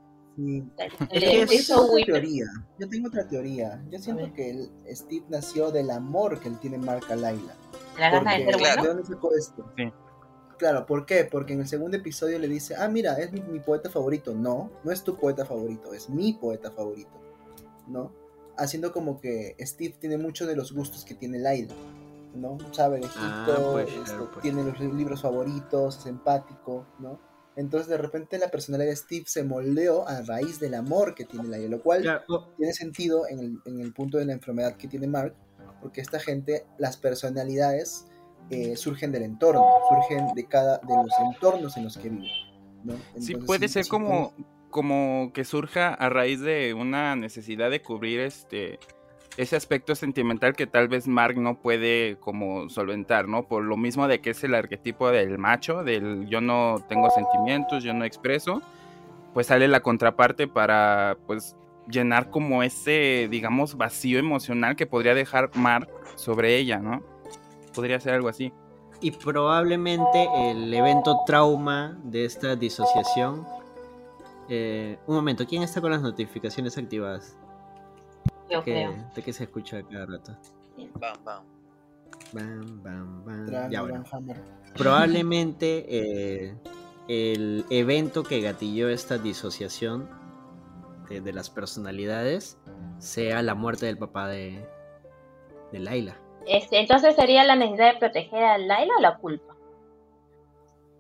Yo tengo otra teoría. Yo siento que Steve nació del amor que él tiene Mark a Layla. ¿La gana de ser bueno? ¿De dónde sacó esto? Sí. Claro, ¿por qué? Porque en el segundo episodio le dice, mira, es mi poeta favorito. No es tu poeta favorito, es mi poeta favorito, ¿no? Haciendo como que Steve tiene muchos de los gustos que tiene Layla, ¿no? Sabe de Egipto, tiene los libros favoritos, es empático, ¿no? Entonces de repente la personalidad de Steve se moldeó a raíz del amor que tiene Layla, lo cual tiene sentido en el punto de la enfermedad que tiene Mark, porque esta gente, las personalidades... surgen del entorno, surgen de los entornos en los que viven, ¿no? Entonces, sí, puede ser como que surja a raíz de una necesidad de cubrir ese aspecto sentimental que tal vez Mark no puede como solventar, ¿no? Por lo mismo de que es el arquetipo del macho, del yo no tengo sentimientos, yo no expreso, pues sale la contraparte para pues llenar como ese, digamos, vacío emocional que podría dejar Mark sobre ella, ¿no? Podría ser algo así. Y probablemente el evento trauma de esta disociación... un momento, ¿quién está con las notificaciones activadas? Yo creo. ¿De qué se escucha cada rato? Bam, bam. Bam, bam, bam. Drama, Ya, bueno. Hammer. Probablemente el evento que gatilló esta disociación de las personalidades sea la muerte del papá de Layla. Entonces sería la necesidad de proteger a Layla o la culpa.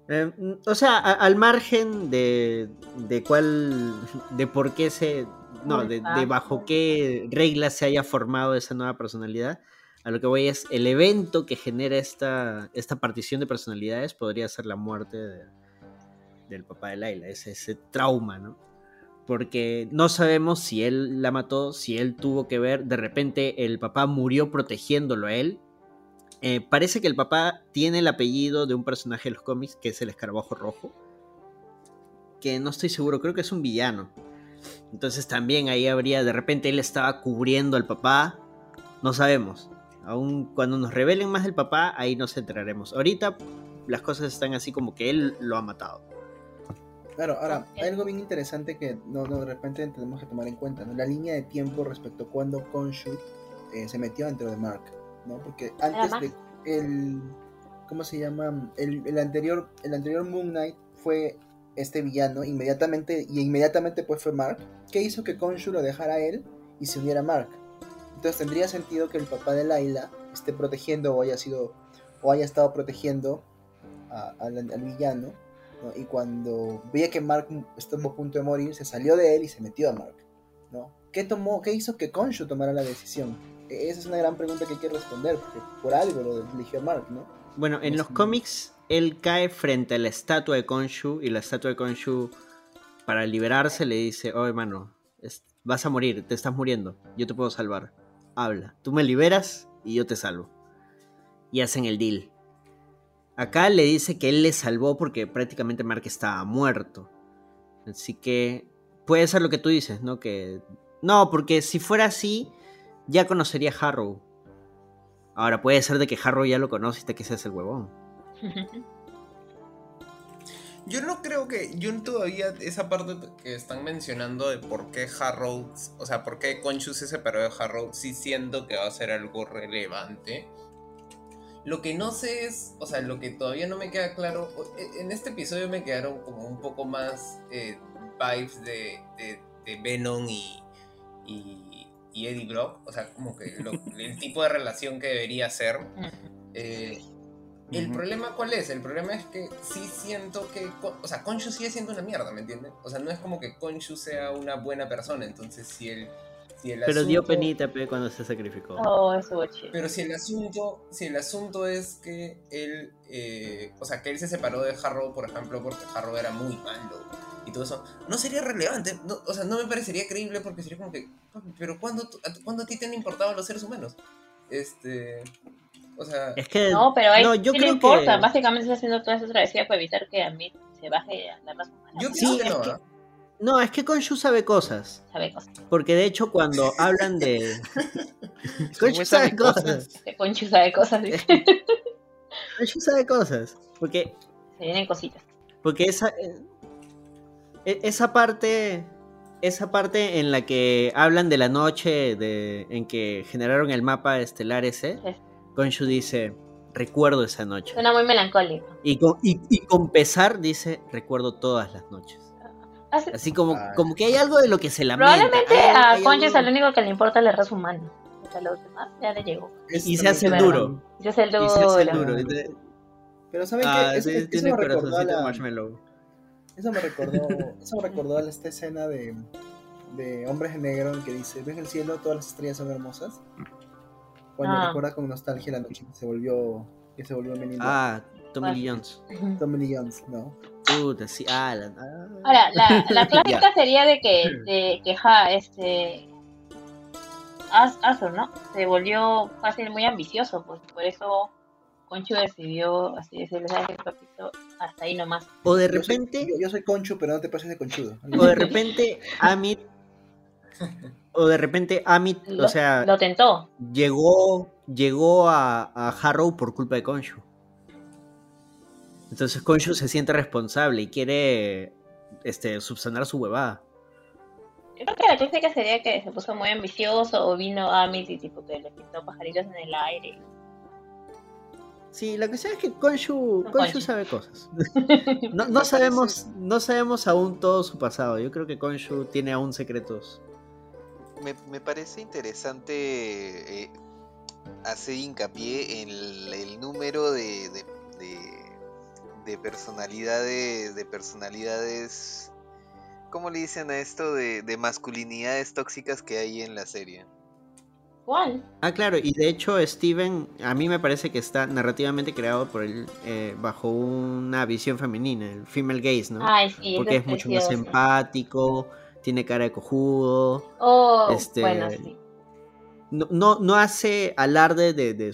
O sea, al margen de cuál, de por qué no, de bajo qué reglas se haya formado esa nueva personalidad, a lo que voy es el evento que genera esta partición de personalidades podría ser la muerte del papá de Layla, ese trauma, ¿no? Porque no sabemos si él la mató, si él tuvo que ver, de repente el papá murió protegiéndolo a él. Parece que el papá tiene el apellido de un personaje de los cómics, que es el Escarabajo Rojo, que no estoy seguro, creo que es un villano. Entonces también ahí habría, de repente él estaba cubriendo al papá, no sabemos. Aún cuando nos revelen más del papá, ahí nos enteraremos. Ahorita las cosas están así como que él lo ha matado. Claro, ahora, hay algo bien interesante que de repente tenemos que tomar en cuenta, ¿no? La línea de tiempo respecto a cuando Khonshu se metió dentro de Mark, ¿no? Porque antes de el... ¿Cómo se llama? El anterior Moon Knight fue este villano, inmediatamente pues fue Mark, que hizo que Khonshu lo dejara a él y se uniera a Mark. Entonces tendría sentido que el papá de Layla esté protegiendo o haya estado protegiendo al villano, ¿no? Y cuando veía que Mark estuvo a punto de morir, se salió de él y se metió a Mark, ¿no? ¿Qué hizo que Khonshu tomara la decisión? Esa es una gran pregunta que hay que responder, porque por algo lo eligió a Mark, ¿no? Bueno, en los cómics, él cae frente a la estatua de Khonshu, y la estatua de Khonshu, para liberarse, le dice: oh, hermano, vas a morir, te estás muriendo, yo te puedo salvar. Habla, tú me liberas y yo te salvo. Y hacen el deal. Acá le dice que él le salvó porque prácticamente Mark estaba muerto. Así que puede ser lo que tú dices, ¿no? No, porque si fuera así, ya conocería a Harrow. Ahora puede ser de que Harrow ya lo conoce y te que seas el huevón. Yo no creo que... Yo todavía esa parte que están mencionando de por qué Harrow... O sea, por qué Khonshu se separó de Harrow, sí siento que va a ser algo relevante. Lo que no sé es... O sea, lo que todavía no me queda claro... En este episodio me quedaron como un poco más vibes de Venom y Eddie Brock. O sea, como que el tipo de relación que debería ser... El problema, ¿cuál es? El problema es que sí siento que... O sea, Khonshu sigue siendo una mierda, ¿me entiendes? O sea, no es como que Khonshu sea una buena persona. Entonces, si el Pero asunto... dio penita cuando se sacrificó. Oh, eso es chido. Pero si el asunto es que él... o sea, que él se separó de Harrow, por ejemplo, porque Harrow era muy malo y todo eso, no sería relevante. No, o sea, no me parecería creíble porque sería como que... Pero ¿cuándo a ti te han importado los seres humanos? O sea... Es que... No, pero a él yo sí creo le importa. que... Básicamente está haciendo toda esa travesía para evitar que Amit se baje a la raza humana. Yo pienso que no, No, es que Khonshu sabe cosas. Sabe cosas. Porque de hecho cuando hablan de... Khonshu sabe cosas. Khonshu sabe cosas. Khonshu sabe cosas. Porque... Se vienen cositas. Porque esa parte en la que hablan de la noche en que generaron el mapa estelar ese, Sí. Khonshu dice: recuerdo esa noche. Suena muy melancólico. Y con pesar dice: recuerdo todas las noches. Así como que hay algo de lo que se lamenta. Probablemente a Khonshu algo... es el único que le importa la raza humana. O sea, los demás ya le llegó. Y se hace el duro. Y se hace el duro. Pero ¿saben qué? Eso me recordó a Eso me recordó a esta escena de Hombres de Negro, en que dice: ¿ves el cielo? Todas las estrellas son hermosas. Cuando recuerda con nostalgia la noche que se volvió menino. Tommy Lee Jones. Tommy Lee Jones, ¿no? Puta, sí, Alan. Ahora, la clásica sería de que Arthur, ¿no? Se volvió fácil, muy ambicioso, pues por eso Khonshu decidió, así decirle, ¿sabes qué, papito? Hasta ahí nomás. O de repente... Yo soy Khonshu, pero no te pases de conchudo. O de repente Amit... o sea... Lo tentó. Llegó a Harrow por culpa de Khonshu. Entonces Khonshu se siente responsable y quiere subsanar su huevada. Yo creo que la clásica sería que se puso muy ambicioso o vino Amit y tipo que le pintó pajaritos en el aire. Sí, la cuestión es que Khonshu sabe cosas. No sabemos aún todo su pasado. Yo creo que Khonshu tiene aún secretos. Me parece interesante hacer hincapié en el número de personalidades, ¿cómo le dicen a esto? De masculinidades tóxicas que hay en la serie. ¿Cuál? Ah, claro, y de hecho Steven, a mí me parece que está narrativamente creado por él bajo una visión femenina, el female gaze, ¿no? Ay, sí, Porque eso es es mucho más precioso. empático, tiene cara de cojudo, Oh, bueno, sí. no hace alarde de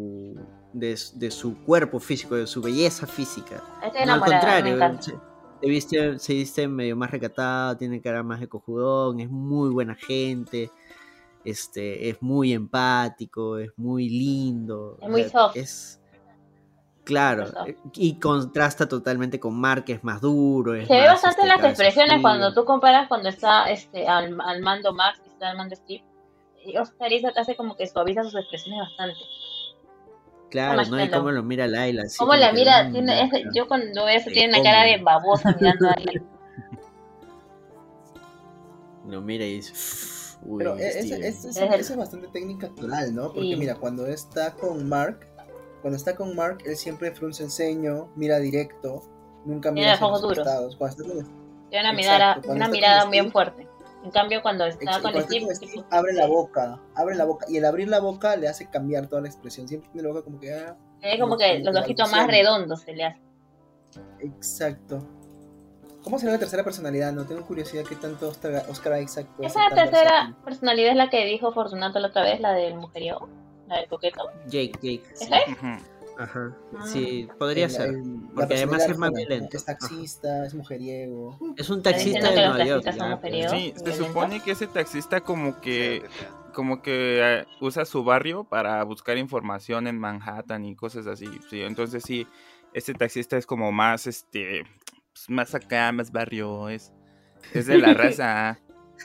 su cuerpo físico, de su belleza física. Estoy No, al enamorada, me contrario, encanta. se viste medio más recatado, tiene cara más de cojudón, es muy buena gente. Es muy empático, es muy lindo. Es muy soft. Es claro, y contrasta totalmente con Mark, que es más duro, es Se ve más bastante en las cabeza expresiones cuando fría. tú comparas cuando está al mando Max y está al mando Steve. Y Oscar Isaac hace como que suaviza sus expresiones bastante. Claro, ¿no? Y cómo lo mira Laila, así ¿Cómo como la que, mira? ya, Yo cuando veo eso te tiene una cara como. de babosa mirando a alguien. Lo mira y dice, uy, Pero Steven. eso es bastante técnica actoral, ¿no? Porque Sí. mira, cuando está con Mark, él siempre frunce el ceño, mira directo, nunca Tiene mira los hacia ojos los duros. costados. Cuando está con, Tiene exacto, cuando una está mirada con bien Steve, fuerte. En cambio, cuando está con cuando está Steve, con Steve, abre la boca, y el abrir la boca le hace cambiar toda la expresión. Siempre tiene la boca como que es como que los ojitos más balbuceando. redondos se le hacen. Exacto. ¿Cómo será la tercera personalidad? No tengo curiosidad qué tanto Oscar Isaac puede Esa ser tan tercera versátil. personalidad es la que dijo Fortunato la otra vez, la del mujeriego, la del coqueto. Jake. ¿Esa Sí. es? Ujú. Ajá. Ah. Sí, podría ser. La Porque además personalidad es más joven, ¿no? violento. Es taxista, es mujeriego. Es un Está taxista diciendo de que los Nueva York. taxistas son ya, mujeriegos. Sí, se ¿Violento? supone que ese taxista Fíjate. como que usa su barrio para buscar información en Manhattan y cosas así. Sí, entonces sí, este taxista es como más, pues, más acá, más barrio, es de la raza.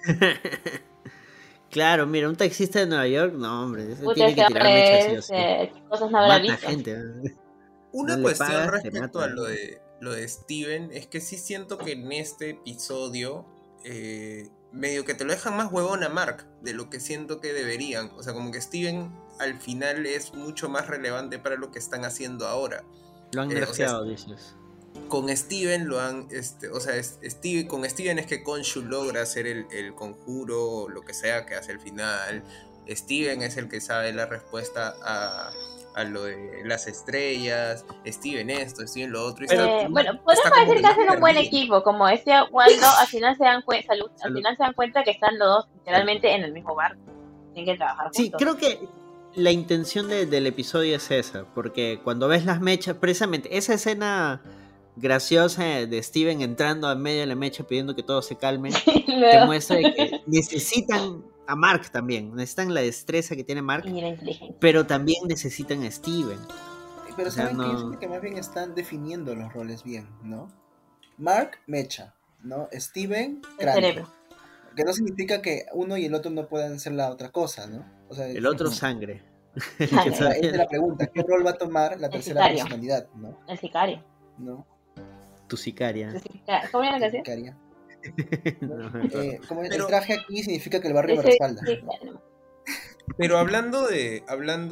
Claro, mira, un taxista de Nueva York, no, hombre, ese Puta, tiene ese que tirar mecha sí hombre o sí. ¿qué cosas no habrá Mata visto? gente. Una No le cuestión pagas, te respecto mata. a lo de Steven es que sí siento que en este episodio medio que te lo dejan más huevón a Mark de lo que siento que deberían. O sea, como que Steven al final es mucho más relevante para lo que están haciendo ahora. Lo han O sea, nerfeado, dices. con Steven lo han, con Steven es que Khonshu logra hacer el conjuro o lo que sea que hace al final. Steven es el que sabe la respuesta a lo de las estrellas. Steven esto, Steven lo otro. Bueno, Está podemos como decir que más hacen un buen perdido. equipo, como decía Waldo, al final se dan cuenta, al Salud. final se dan cuenta que están los dos literalmente en el mismo barco. Tienen que trabajar juntos. Sí, creo que la intención del episodio es esa, porque cuando ves las mechas, precisamente esa escena graciosa de Steven entrando a medio de la mecha pidiendo que todos se calmen, te Luego, muestra de que necesitan a Mark también, necesitan la destreza que tiene Mark, y la inteligencia. pero también necesitan a Steven. Pero O sea, saben que yo no- siento que más bien están definiendo los roles bien, ¿no? Mark, mecha, ¿no? Steven, El cráneo. cerebro. Que no significa que uno y el otro no puedan ser la otra cosa, ¿no? O sea, El otro sangre. Sangre. esa es la pregunta. ¿Qué rol va a tomar la tercera sicario. personalidad, ¿no? El sicario. ¿No? Tu sicaria. ¿Cómo era la canción? Sicaria. No. Como el Pero- traje aquí significa que el barrio me Ese- respalda. sí, ¿no? claro. Pero hablando de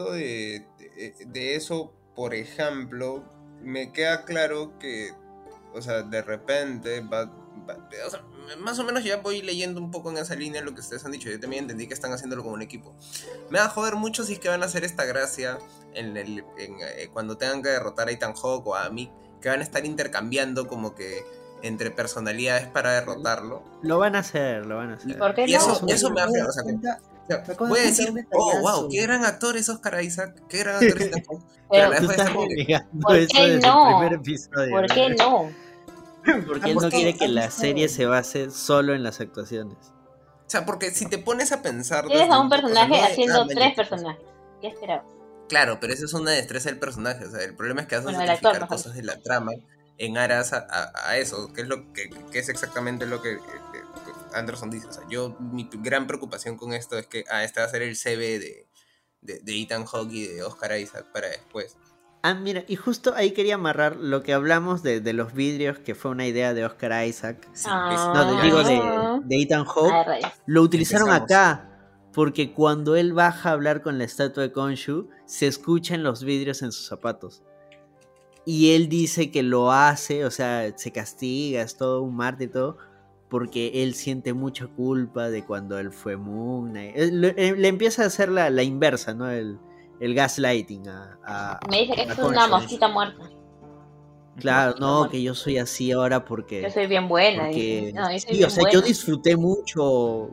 eso, por ejemplo, me queda claro que, o sea, de repente o sea, más o menos ya voy leyendo un poco en esa línea lo que ustedes han dicho. Yo también entendí que están haciéndolo como un equipo. Me va a joder mucho si es que van a hacer esta gracia cuando tengan que derrotar a Ethan Hawke o a Mick, que van a estar intercambiando como que entre personalidades para derrotarlo. Lo van a hacer, lo van a hacer. ¿Por qué Y no? eso me hace, o sea, voy a decir, oh, wow, qué gran actor es Oscar Isaac, qué gran actor es Ethan Hawke. Pero Tú después estás está como que, renegando ¿Por eso qué desde no? el primer episodio. ¿Por qué no? Porque él no Porque quiere que han la visto- serie se base solo en las actuaciones. o sea, porque si te pones a pensar... Tienes desde a un o sea, personaje no de- haciendo man, tres ya, personajes. ¿Qué esperabas? Claro, pero eso es una destreza del personaje, o sea, el problema es que vas a Bueno, del sacrificar actor, mejor cosas de la trama en aras a eso, que es lo que es exactamente lo que Anderson dice. O sea, mi gran preocupación con esto es que este va a ser el CV de Ethan Hawke y de Oscar Isaac para después. Ah, mira, y justo ahí quería amarrar lo que hablamos de los vidrios, que fue una idea de Oscar Isaac. Sí, No, ya digo empezamos. de Ethan Ay, Hawke. rayos. Lo utilizaron Empezamos. acá, porque cuando él baja a hablar con la estatua de Khonshu, se escuchan los vidrios en sus zapatos. Y él dice que lo hace, o sea, se castiga, es todo un mártir y todo, porque él siente mucha culpa de cuando él fue Moon Knight. Le empieza a hacer la inversa, ¿no? El gaslighting Me dice que a es una Khonshu. mosquita muerta. Claro, Mosquita no, muerta. que yo soy así ahora porque... Yo soy bien buena. Porque Dice. No, yo soy sí, o bien sea, yo buena. disfruté mucho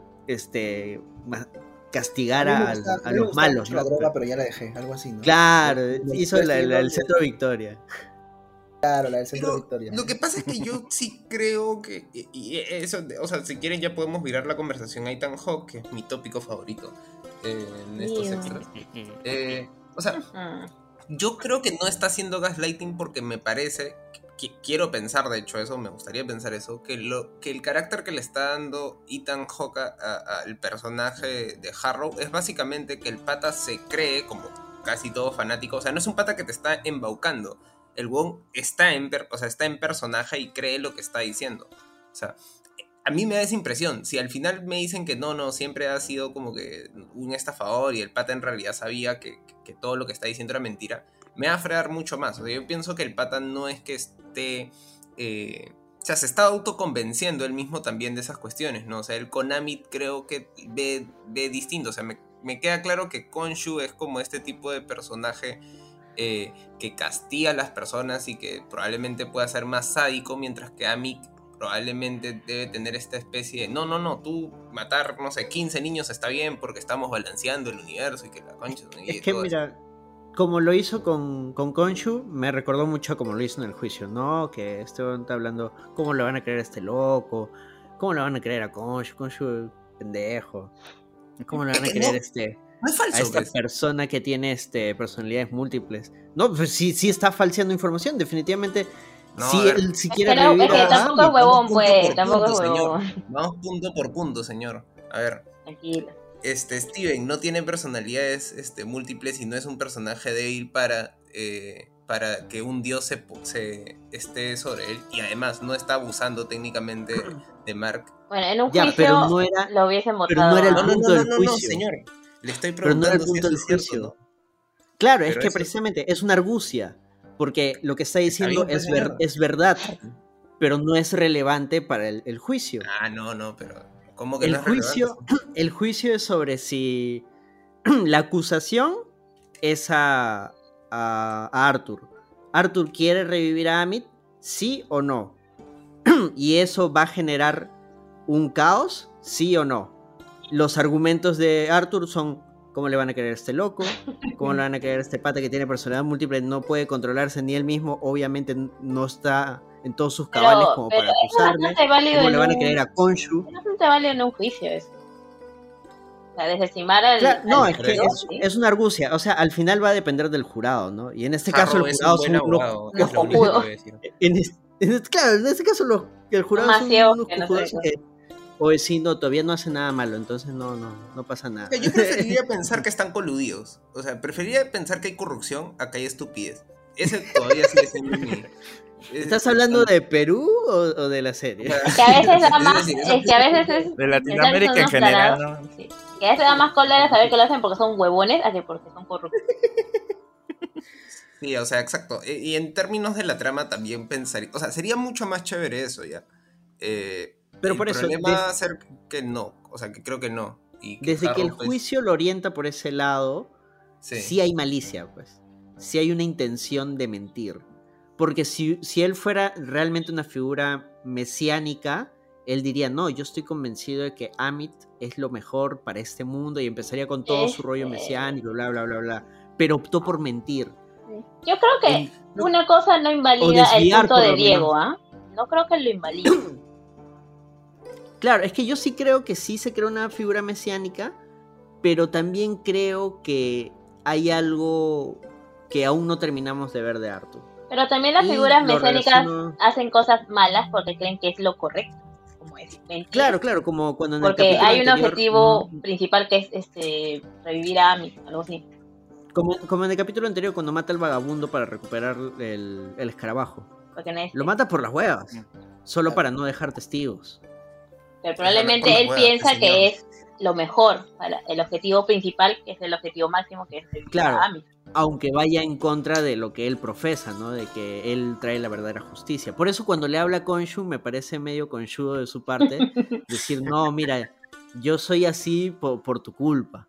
castigar A a mí me los gustaba malos, mucho la ¿no? droga, pero ya la dejé, algo así, ¿no? Claro, Después hizo estoy viendo el Centro Victoria. Claro, la del Centro Pero Victoria. lo que pasa es que yo sí creo que, y eso, o sea, si quieren ya podemos virar la conversación a Ethan Hawke, que es mi tópico favorito en estos Ew. extras. O sea, Ah. yo creo que no está haciendo gaslighting porque me parece, quiero pensar de hecho eso, me gustaría pensar eso, que el carácter que le está dando Ethan Hawke al personaje de Harrow es básicamente que el pata se cree, como casi todo fanático, o sea, no es un pata que te está embaucando, el weón está en personaje y cree lo que está diciendo. O sea, a mí me da esa impresión. Si al final me dicen que no, siempre ha sido como que un estafador y el pata en realidad sabía que todo lo que está diciendo era mentira, me va a fregar mucho más. O sea, yo pienso que el pata no es que esté... o sea, se está autoconvenciendo él mismo también de esas cuestiones, ¿no? O sea, el Konami creo que ve distinto. O sea, me queda claro que Khonshu es como este tipo de personaje que castiga a las personas y que probablemente pueda ser más sádico, mientras que Amik probablemente debe tener esta especie de no, tú matar, no sé, 15 niños está bien porque estamos balanceando el universo y que la concha... Es que mira, como lo hizo con Khonshu, me recordó mucho a como lo hizo en el juicio, ¿no? Que este hombre está hablando, ¿cómo le van a creer a este loco? ¿Cómo le van a creer a Khonshu? Khonshu, pendejo. ¿Cómo le van a creer no es falso, a esta pues. persona que tiene personalidades múltiples? No, pues sí está falseando información, definitivamente. No, Si a ver. él si quiere Es que no, revivir es que a tampoco es Amy, huevón, Vamos pues. punto por Tampoco es punto, señor. huevón. Vamos punto por punto, señor. A ver, Tranquilo. Steven no tiene personalidades múltiples y no es un personaje débil para que un dios esté sobre él, y además no está abusando técnicamente de Mark. Bueno, en un Ya, juicio pero no era- lo hubiesen pero votado. no era el a- punto del juicio. señor. Le estoy pero no era el preguntando si punto eso del es cierto, juicio. ¿no? Claro, es Pero que eso- precisamente es una argucia, porque lo que está diciendo bien, pues, señor. es verdad, pero no es relevante para el juicio. Ah, no, pero ¿cómo que El no es juicio, relevante? el juicio es sobre si la acusación es a Arthur. Arthur quiere revivir a Amit, sí o no. Y eso va a generar un caos, sí o no. Los argumentos de Arthur son: ¿cómo le van a creer a este loco? ¿Cómo le van a creer a este pata que tiene personalidad múltiple? No puede controlarse ni él mismo. Obviamente no está en todos sus cabales como para eso es acusarle. bastante válido ¿Cómo en le van a un- creer a Khonshu? es bastante válido en un juicio eso. O sea, desestimar al... Claro, no, al es que juez, es, ¿sí? es una argucia. O sea, al final va a depender del jurado, ¿no? Y en este caso Harrow el es jurado un buen son unos... abogado, los es lo único que cojudos. voy a decir. Claro, en este caso el jurado Más son ciegos unos que no cojudos sé. que... Oye, sí, no, todavía no hace nada malo, entonces no pasa nada. O sea, yo preferiría pensar que están coludidos. O sea, preferiría pensar que hay corrupción a que hay estupidez. Ese todavía sigue siendo mi... ¿Estás hablando de Perú o de la serie? Es que a veces da Es más... decir, Es que a veces es... De Latinoamérica en general, ¿no? Sí. Que a veces da más cólera saber que lo hacen porque son huevones a que porque son corruptos. Sí, o sea, exacto. Y en términos de la trama también pensaría... O sea, sería mucho más chévere eso ya. Pero el por eso, problema va a ser que no. O sea, que creo que no. Y desde que el Harrow, pues, juicio lo orienta por ese lado, sí. sí hay malicia, pues. Sí hay una intención de mentir. Porque si él fuera realmente una figura mesiánica, él diría: no, yo estoy convencido de que Amit es lo mejor para este mundo, y empezaría con todo su rollo mesiánico, bla, bla, bla, bla. Pero optó por mentir. Yo creo que una cosa no o invalida el desviar, punto por de lo Diego, menos. ¿ah? No creo que lo invalide. Claro, es que yo sí creo que sí se creó una figura mesiánica, pero también creo que hay algo que aún no terminamos de ver de Arthur. Pero también las Y figuras lo mesiánicas relaciono- hacen cosas malas porque creen que es lo correcto. Como es mentir. Claro, como cuando en el Porque capítulo hay un anterior, objetivo principal que es revivir a Ami, algo así. como en el capítulo anterior, cuando mata al vagabundo para recuperar el escarabajo. Porque no es- Lo mata por las huevas, solo para no dejar testigos. Pero probablemente Por él las huevas, piensa señor. que es lo mejor para el objetivo principal, que es el objetivo máximo, que es revivir Claro. a Ami. aunque vaya en contra de lo que él profesa, ¿no? De que él trae la verdadera justicia. Por eso cuando le habla a Khonshu me parece medio conchudo de su parte decir, no, mira, yo soy así por tu culpa.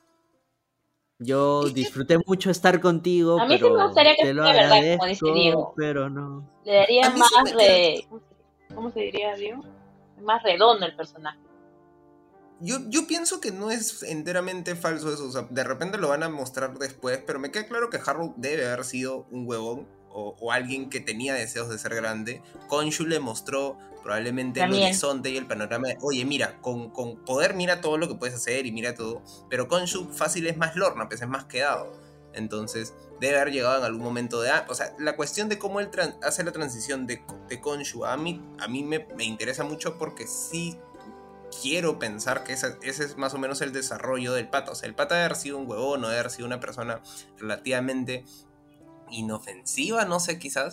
Yo disfruté mucho estar contigo, A mí sí pero me gustaría que te lo fuera verdad, como dice agradezco, Diego. pero no. Le daría A mí más sí me queda- ¿cómo se diría, Diego? Más redondo el personaje. Yo pienso que no es enteramente falso eso, o sea, de repente lo van a mostrar después, pero me queda claro que Harrow debe haber sido un huevón o alguien que tenía deseos de ser grande. Khonshu le mostró probablemente el También. horizonte y el panorama de, oye, mira, con poder mira todo lo que puedes hacer y mira todo, pero Khonshu fácil es más Lorna, pues es más quedado. Entonces, debe haber llegado en algún momento de... o sea, la cuestión de cómo él hace la transición de Khonshu a mí me interesa mucho porque sí quiero pensar que ese es más o menos el desarrollo del pata. O sea, el pata debe haber sido un huevón, no debe haber sido una persona relativamente inofensiva, no sé, quizás.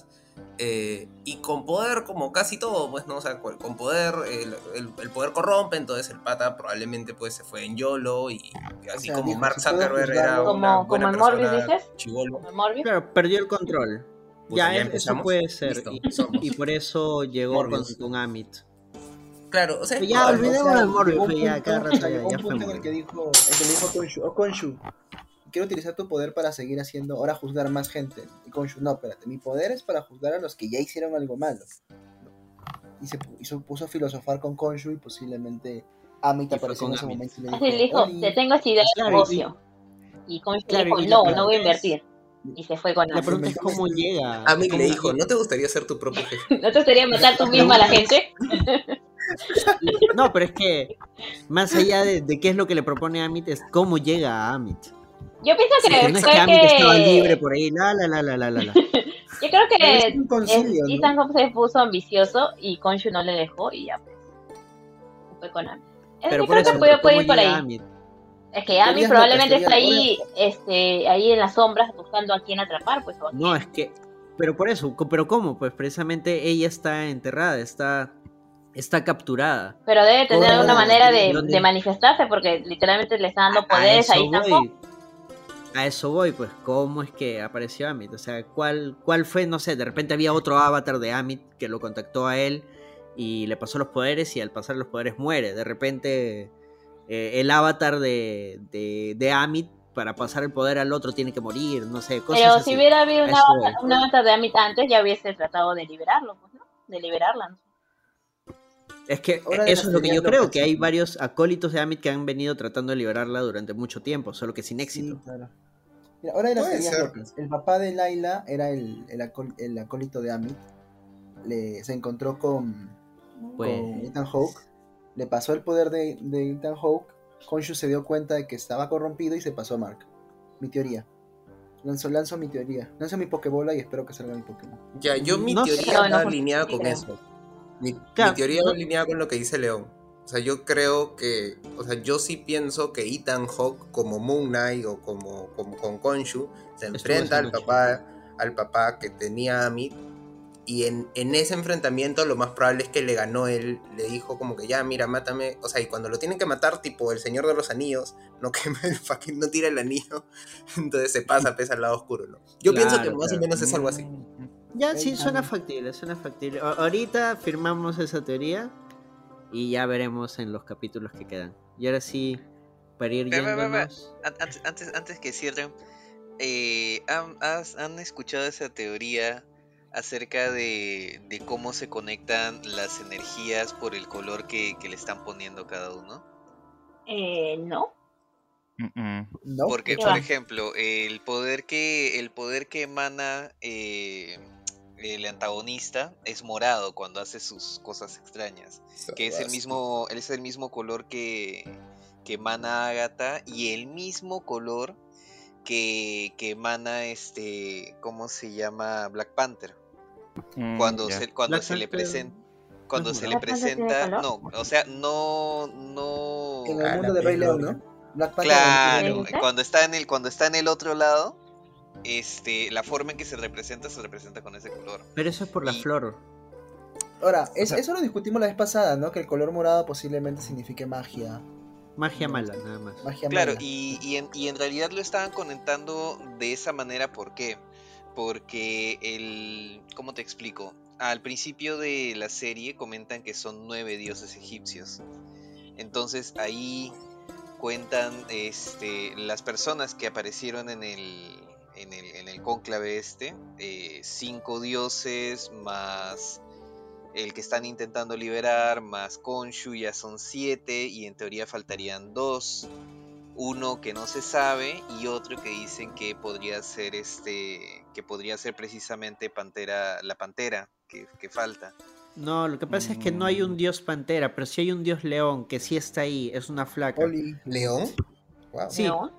Y con poder como casi todo, pues, ¿no? O sea, con poder, el poder corrompe, entonces el pata probablemente pues se fue en YOLO y así sea, como dijo, Mark si puedo Zuckerberg era juzgarlo- una Como buena en Morbius, persona dices. chibolo. Como en Morbius. Claro, perdió el control. Puta, ya Eso empezamos. puede ser. Listo, Y, somos. y por eso llegó Morbius. con Amit. Claro, o sea, es Ya, probable. olvidemos de Morbius, llegó un ya, punto, cada rato llegó ya un fue punto en el que Morbius. dijo Khonshu, Khonshu, quiero utilizar tu poder para seguir haciendo, ahora juzgar más gente. Y Khonshu, no, espérate, mi poder es para juzgar a los que ya hicieron algo malo. Y se puso a filosofar con Khonshu y posiblemente Amit Y fue apareció en con ese Amit. momento y le Así le dijo, dijo, "Oli". te tengo esta idea de Claro, negocio. Y Khonshu claro, dijo, y no la voy a pregunta invertir. Y se fue con La Amit. pregunta es cómo llega. Amit cómo le dijo, llega- ¿no te gustaría ser tu propio jefe? ¿No te gustaría matar tú misma a la gente? No, pero es que más allá de qué es lo que le propone Amit, es cómo llega a Amit. Yo pienso Sí, que Que no es fue que Amit estaba libre que... por ahí, la. Yo creo Pero es que un concilio, ¿no? Ethan Hawke se puso ambicioso y Khonshu no le dejó y ya pues, se fue con Amit. Pero Yo por creo eso, que pero puede ¿cómo ir por llega ahí. Amit? Es que Ami Teorías probablemente locas, está ahí en las sombras buscando a quién atrapar, pues. O a No, quién. es que... Pero por eso, ¿pero cómo? Pues precisamente ella está enterrada, está capturada. Pero debe tener Cobra alguna la manera batería, de manifestarse porque literalmente le está dando poderes a eso Ethan voy. Hawke. A eso voy, pues, ¿cómo es que apareció Amit? O sea, ¿cuál fue? No sé, de repente había otro avatar de Amit que lo contactó a él y le pasó los poderes y al pasar los poderes muere. De repente el avatar de Amit para pasar el poder al otro tiene que morir, no sé, cosas Pero así. si hubiera habido A eso voy. un avatar de Amit antes, ya hubiese tratado de liberarlo, pues, ¿no? De liberarla, ¿no? Es que Ahora de eso las es lo que teorías yo creo, locas, que hay sí. varios acólitos de Amit que han venido tratando de liberarla durante mucho tiempo, solo que sin Sí, éxito. claro. Mira, ahora de las Puede teorías ser. locas. El papá de Layla era el acólito de Amit. Se encontró con Pues, Ethan Hawke. Le pasó el poder de Ethan Hawke. Khonshu se dio cuenta de que estaba corrompido y se pasó a Mark. Mi teoría. Lanzo mi teoría. Lanzo mi Pokébola y espero que salga mi Pokémon. Ya, yo mi No sé. teoría No, va no, alineada sí, con creo. eso. Mi Claro, teoría no- va alineada con lo que dice León. O sea, yo creo que, o sea, yo sí pienso que Ethan Hawke como Moon Knight o como con Khonshu se enfrenta haciendo al papá que tenía Amit y en ese enfrentamiento lo más probable es que le ganó él, le dijo como que ya, mira, mátame, o sea, y cuando lo tienen que matar, tipo el Señor de los Anillos, no quema el fucking, no tira el anillo, entonces se pasa al lado oscuro, ¿no? Yo pienso que Claro, más o claro. menos es algo así. Ya, sí, Ahí suena está. factible, suena factible. Ahorita firmamos esa teoría y ya veremos en los capítulos que quedan. Y ahora sí, para ir Ve, yéndonos... Antes que cierren, ¿han escuchado esa teoría acerca de cómo se conectan las energías por el color que le están poniendo a cada uno? No. No, Porque, ¿Qué por va? ejemplo, el poder que emana el antagonista es morado cuando hace sus cosas extrañas, que es el mismo color que emana Agatha y el mismo color que emana ¿cómo se llama? Black Panther. Cuando Ya. cuando Black se le Panther presenta cuando no es se le morado. ¿Black Panther tiene presenta, color? no, o sea, no en el Ah, mundo la de Rey pelo. León, ¿no? Black Panther en el mundo de Rey claro, León. ¿Dice? cuando está en el otro lado, la forma en que se representa con ese color. Pero eso es por la Y- flor. Ahora, O sea- eso lo discutimos la vez pasada, ¿no? Que el color morado posiblemente signifique magia. Magia mala, nada más. Magia Claro, mala. y en realidad lo estaban conectando de esa manera, ¿por qué? Porque ¿cómo te explico? Al principio de la serie comentan que son 9 dioses egipcios. Entonces ahí cuentan las personas que aparecieron en el cónclave 5 dioses más el que están intentando liberar, más Khonshu, ya son 7 y en teoría faltarían 2. Uno que no se sabe y otro que dicen que podría ser precisamente la pantera que falta. No, lo que pasa es que no hay un dios pantera, pero sí hay un dios león, que sí está ahí, es una flaca. Oli. ¿León? Wow. Sí, ¿No?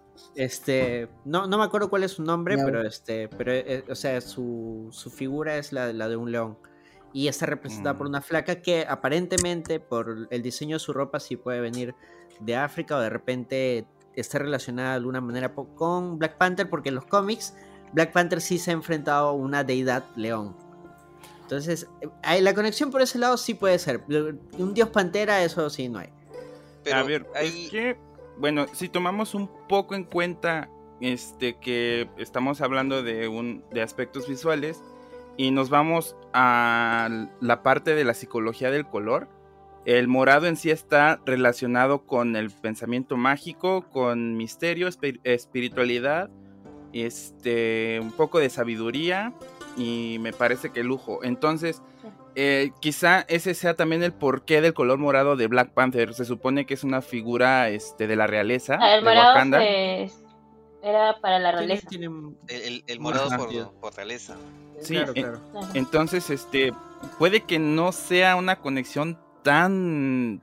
no me acuerdo cuál es su nombre, Miau. pero o sea, su figura es la de un león. Y está representada por una flaca que aparentemente, por el diseño de su ropa, sí puede venir de África o de repente está relacionada de alguna manera con Black Panther, porque en los cómics Black Panther sí se ha enfrentado a una deidad león. Entonces, la conexión por ese lado sí puede ser. Un dios pantera, eso sí no hay. Pero a ver, ahí, es que, bueno, si tomamos un poco en cuenta que estamos hablando de aspectos visuales y nos vamos a la parte de la psicología del color, el morado en sí está relacionado con el pensamiento mágico, con misterio, espiritualidad, un poco de sabiduría y me parece que lujo. Entonces, quizá ese sea también el porqué del color morado de Black Panther. Se supone que es una figura de la realeza El de morado Wakanda. era para la Tiene, realeza. tiene el morado Ajá. por realeza. Sí, claro, claro. Ajá. entonces puede que no sea una conexión tan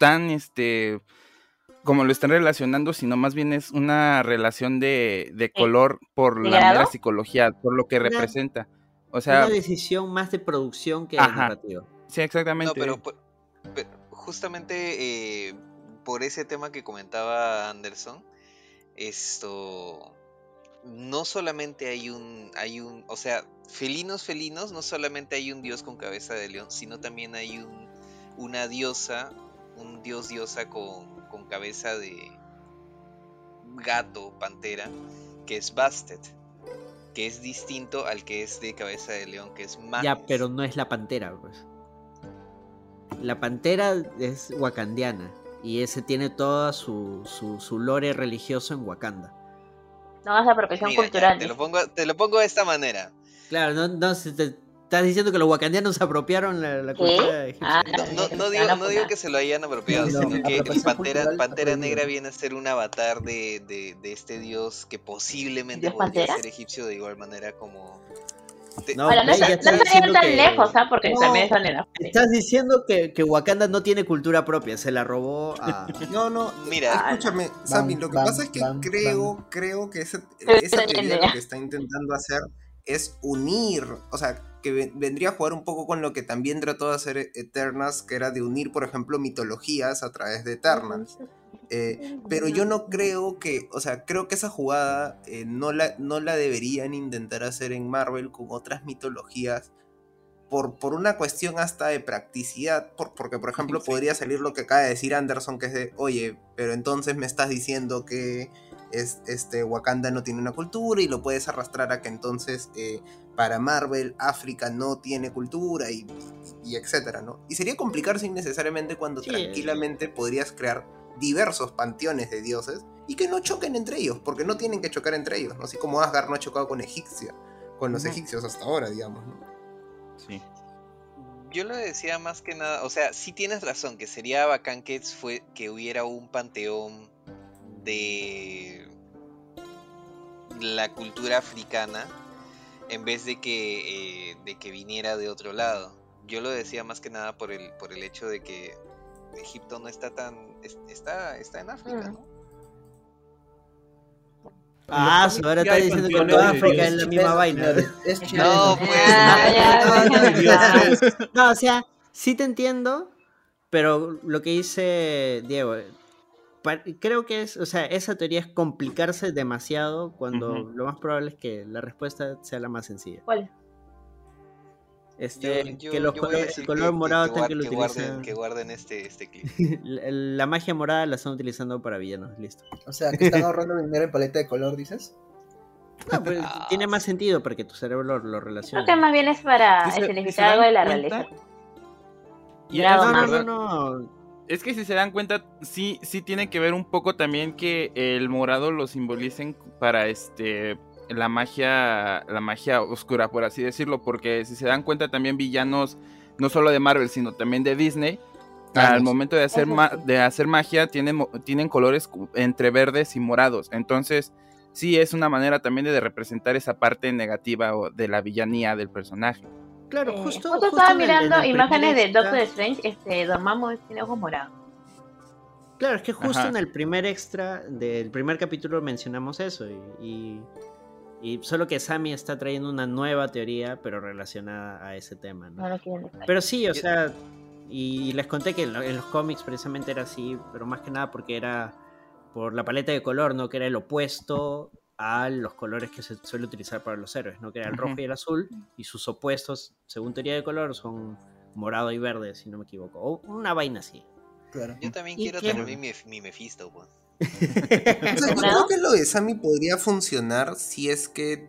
como lo están relacionando, sino más bien es una relación de color por ¿De la mera grado? psicología, por lo que Una- representa. O Una sea, decisión más de producción que de ajá, narrativa. sí, No, exactamente. pero justamente por ese tema que comentaba Anderson, no solamente o sea, felinos, no solamente hay un dios con cabeza de león, sino también hay una diosa, un dios diosa con cabeza de gato, pantera, que es Bastet, que es distinto al que es de cabeza de león, que es Magnus. Ya, pero no es la pantera, pues. La pantera es wakandiana y ese tiene toda su lore religioso en Wakanda. No es apropiación Mira, cultural. ya, te lo pongo de esta manera. Claro, no estás diciendo que los wakandianos se apropiaron la ¿Qué? cultura egipcia. No digo que se lo hayan apropiado, No, sino que el apropiación cultural está Pantera prohibido. Negra viene a ser un avatar de este dios que posiblemente ¿Dios podría Pantera? ser egipcio de igual manera como... No, Ahora, no ve, ya estás estarían diciendo tan que... lejos, ¿ah? Porque No, también están en la... Estás diciendo que Wakanda no tiene cultura propia, se la robó a... No, Mira, escúchame, Sammy, lo que pasa es que creo que esa teoría lo que está intentando hacer es unir, o sea, que vendría a jugar un poco con lo que también trató de hacer Eternals, que era de unir, por ejemplo, mitologías a través de Eternals. Pero yo no creo que, o sea, creo que esa jugada no la deberían intentar hacer en Marvel con otras mitologías por una cuestión hasta de practicidad, porque por ejemplo Sí. podría salir lo que acaba de decir Anderson, que es de, oye, pero entonces me estás diciendo que Wakanda no tiene una cultura y lo puedes arrastrar a que entonces para Marvel África no tiene cultura y etcétera, ¿no? Y sería complicarse innecesariamente cuando Sí. tranquilamente podrías crear diversos panteones de dioses y que no choquen entre ellos, porque no tienen que chocar entre ellos, ¿no? Así como Asgard no ha chocado con los egipcios hasta ahora, digamos, ¿no? Sí. yo lo decía más que nada, o sea, sí tienes razón, que sería bacán que hubiera un panteón de la cultura africana en vez de que viniera de otro lado. Yo lo decía más que nada por el hecho de que Egipto no está está en África, ¿no? Ahora está diciendo que toda África es la misma vaina. Es chileno. No, pues. No, o sea, sí te entiendo, pero lo que dice Diego, creo que o sea, esa teoría es complicarse demasiado cuando lo más probable es que la respuesta sea la más sencilla. ¿Cuál? Que los yo voy a el decir color morado están que lo que utilizan. guarden este clip. La magia morada la están utilizando para villanos, listo. O sea, que están ahorrando dinero en paleta de color, ¿dices? No, pues, tiene más sentido para que tu cerebro lo relacione. Creo que más bien es para Si se escenificar algo de la dan cuenta, realeza. y Bravo, eso, No, ¿verdad? no. Es que si se dan cuenta, sí tiene que ver un poco también que el morado lo simbolicen para la magia oscura, por así decirlo, porque si se dan cuenta también villanos no solo de Marvel, sino también de Disney, al momento de hacer Eso sí. de hacer magia tienen colores entre verdes y morados. Entonces, sí es una manera también de representar esa parte negativa o de la villanía del personaje. Claro, Justo justo estaba en el mirando primer imágenes de extra- Doctor Strange, Dormammu tiene ojos morados. Claro, es que justo Ajá. en el primer extra del primer capítulo mencionamos eso. Y solo que Sammy está trayendo una nueva teoría, pero relacionada a ese tema, ¿no? No lo quieren dejar. Pero sí, o sea, y les conté que en los cómics precisamente era así, pero más que nada porque era por la paleta de color, ¿no? Que era el opuesto a los colores que se suele utilizar para los héroes, ¿no? Que era el rojo y el azul, y sus opuestos, según teoría de color, son morado y verde, si no me equivoco. O una vaina así. Claro. Yo también ¿Y quiero qué? tener mi Mephisto, pues. O sea, yo creo que lo de Sammy podría funcionar si es que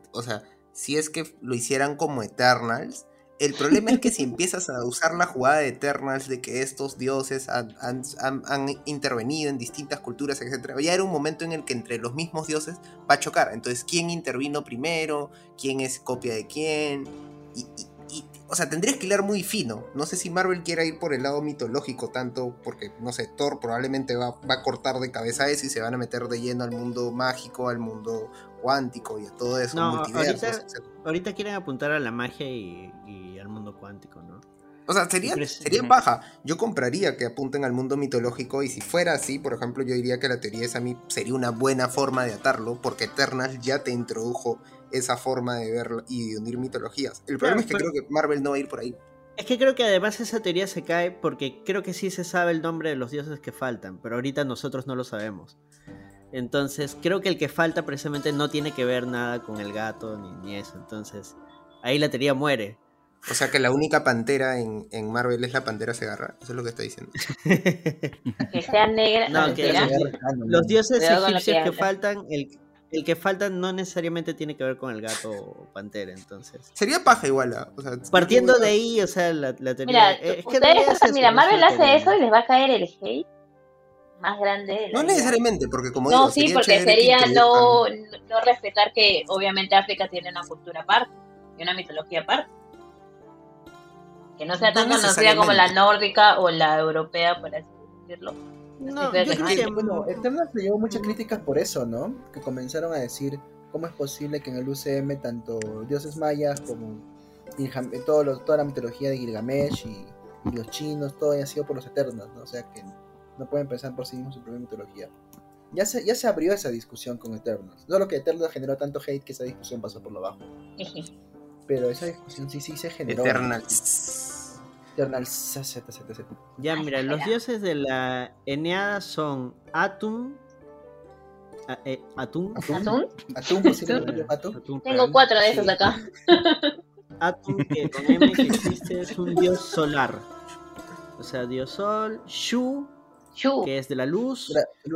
lo hicieran como Eternals. El problema es que si empiezas a usar la jugada de Eternals de que estos dioses han intervenido en distintas culturas, etc., ya era un momento en el que entre los mismos dioses va a chocar. Entonces, ¿quién intervino primero? ¿Quién es copia de quién? O sea, tendrías que hilar muy fino. No sé si Marvel quiera ir por el lado mitológico tanto, porque, no sé, Thor probablemente va a cortar de cabeza eso y se van a meter de lleno al mundo mágico, al mundo cuántico y a todo eso, No, multiversos, etc. ahorita quieren apuntar a la magia y al mundo cuántico, ¿no? O sea, sería paja. Yo compraría que apunten al mundo mitológico y si fuera así, por ejemplo, yo diría que la teoría de Sammy sería una buena forma de atarlo porque Eternals ya te introdujo esa forma de ver y de unir mitologías. El problema es que creo que Marvel no va a ir por ahí. Es que creo que además esa teoría se cae porque creo que sí se sabe el nombre de los dioses que faltan, pero ahorita nosotros no lo sabemos. Entonces creo que el que falta precisamente no tiene que ver nada con el gato ni eso. Entonces ahí la teoría muere. O sea que la única pantera en Marvel es la pantera Segarra. Eso es lo que está diciendo. Que sea negra. No, que ¿será? los dioses Cuidado con lo egipcios que que hablas. faltan, el que falta no necesariamente tiene que ver con el gato o pantera, entonces. Sería paja igual. O sea, Partiendo de ahí, o sea, la teoría... Mira, es que en ustedes, realidad es eso, mira, no es Marvel una hace teoría. eso y les va a caer el hate más grande de la no vida. necesariamente, porque como No, digo, sí, sería porque chévere que sería introduzcan- no respetar que obviamente África tiene una cultura aparte y una mitología aparte. Que no sea No tan conocida como la necesariamente. nórdica o la europea, por así decirlo. No, Creo yo que creo no. que... Bueno, Eternals le llevó muchas críticas por eso, ¿no? Que comenzaron a decir cómo es posible que en el UCM tanto dioses mayas como toda la mitología de Gilgamesh y los chinos, todo haya sido por los Eternals, ¿no? O sea que no pueden pensar por sí mismos su propia mitología. Ya se abrió esa discusión con Eternals. Solo que Eternals generó tanto hate que esa discusión pasó por lo bajo. Pero esa discusión sí se generó. Eternals. Eternals, etc. Ya, mira, los dioses de la Eneada son Atum... Atum. Atún, posiblemente Atún. Atum Tengo real. 4 de esos acá. Atum, que con M que existe, es un dios solar. O sea, dios sol. Shu, Shu. que es de la luz.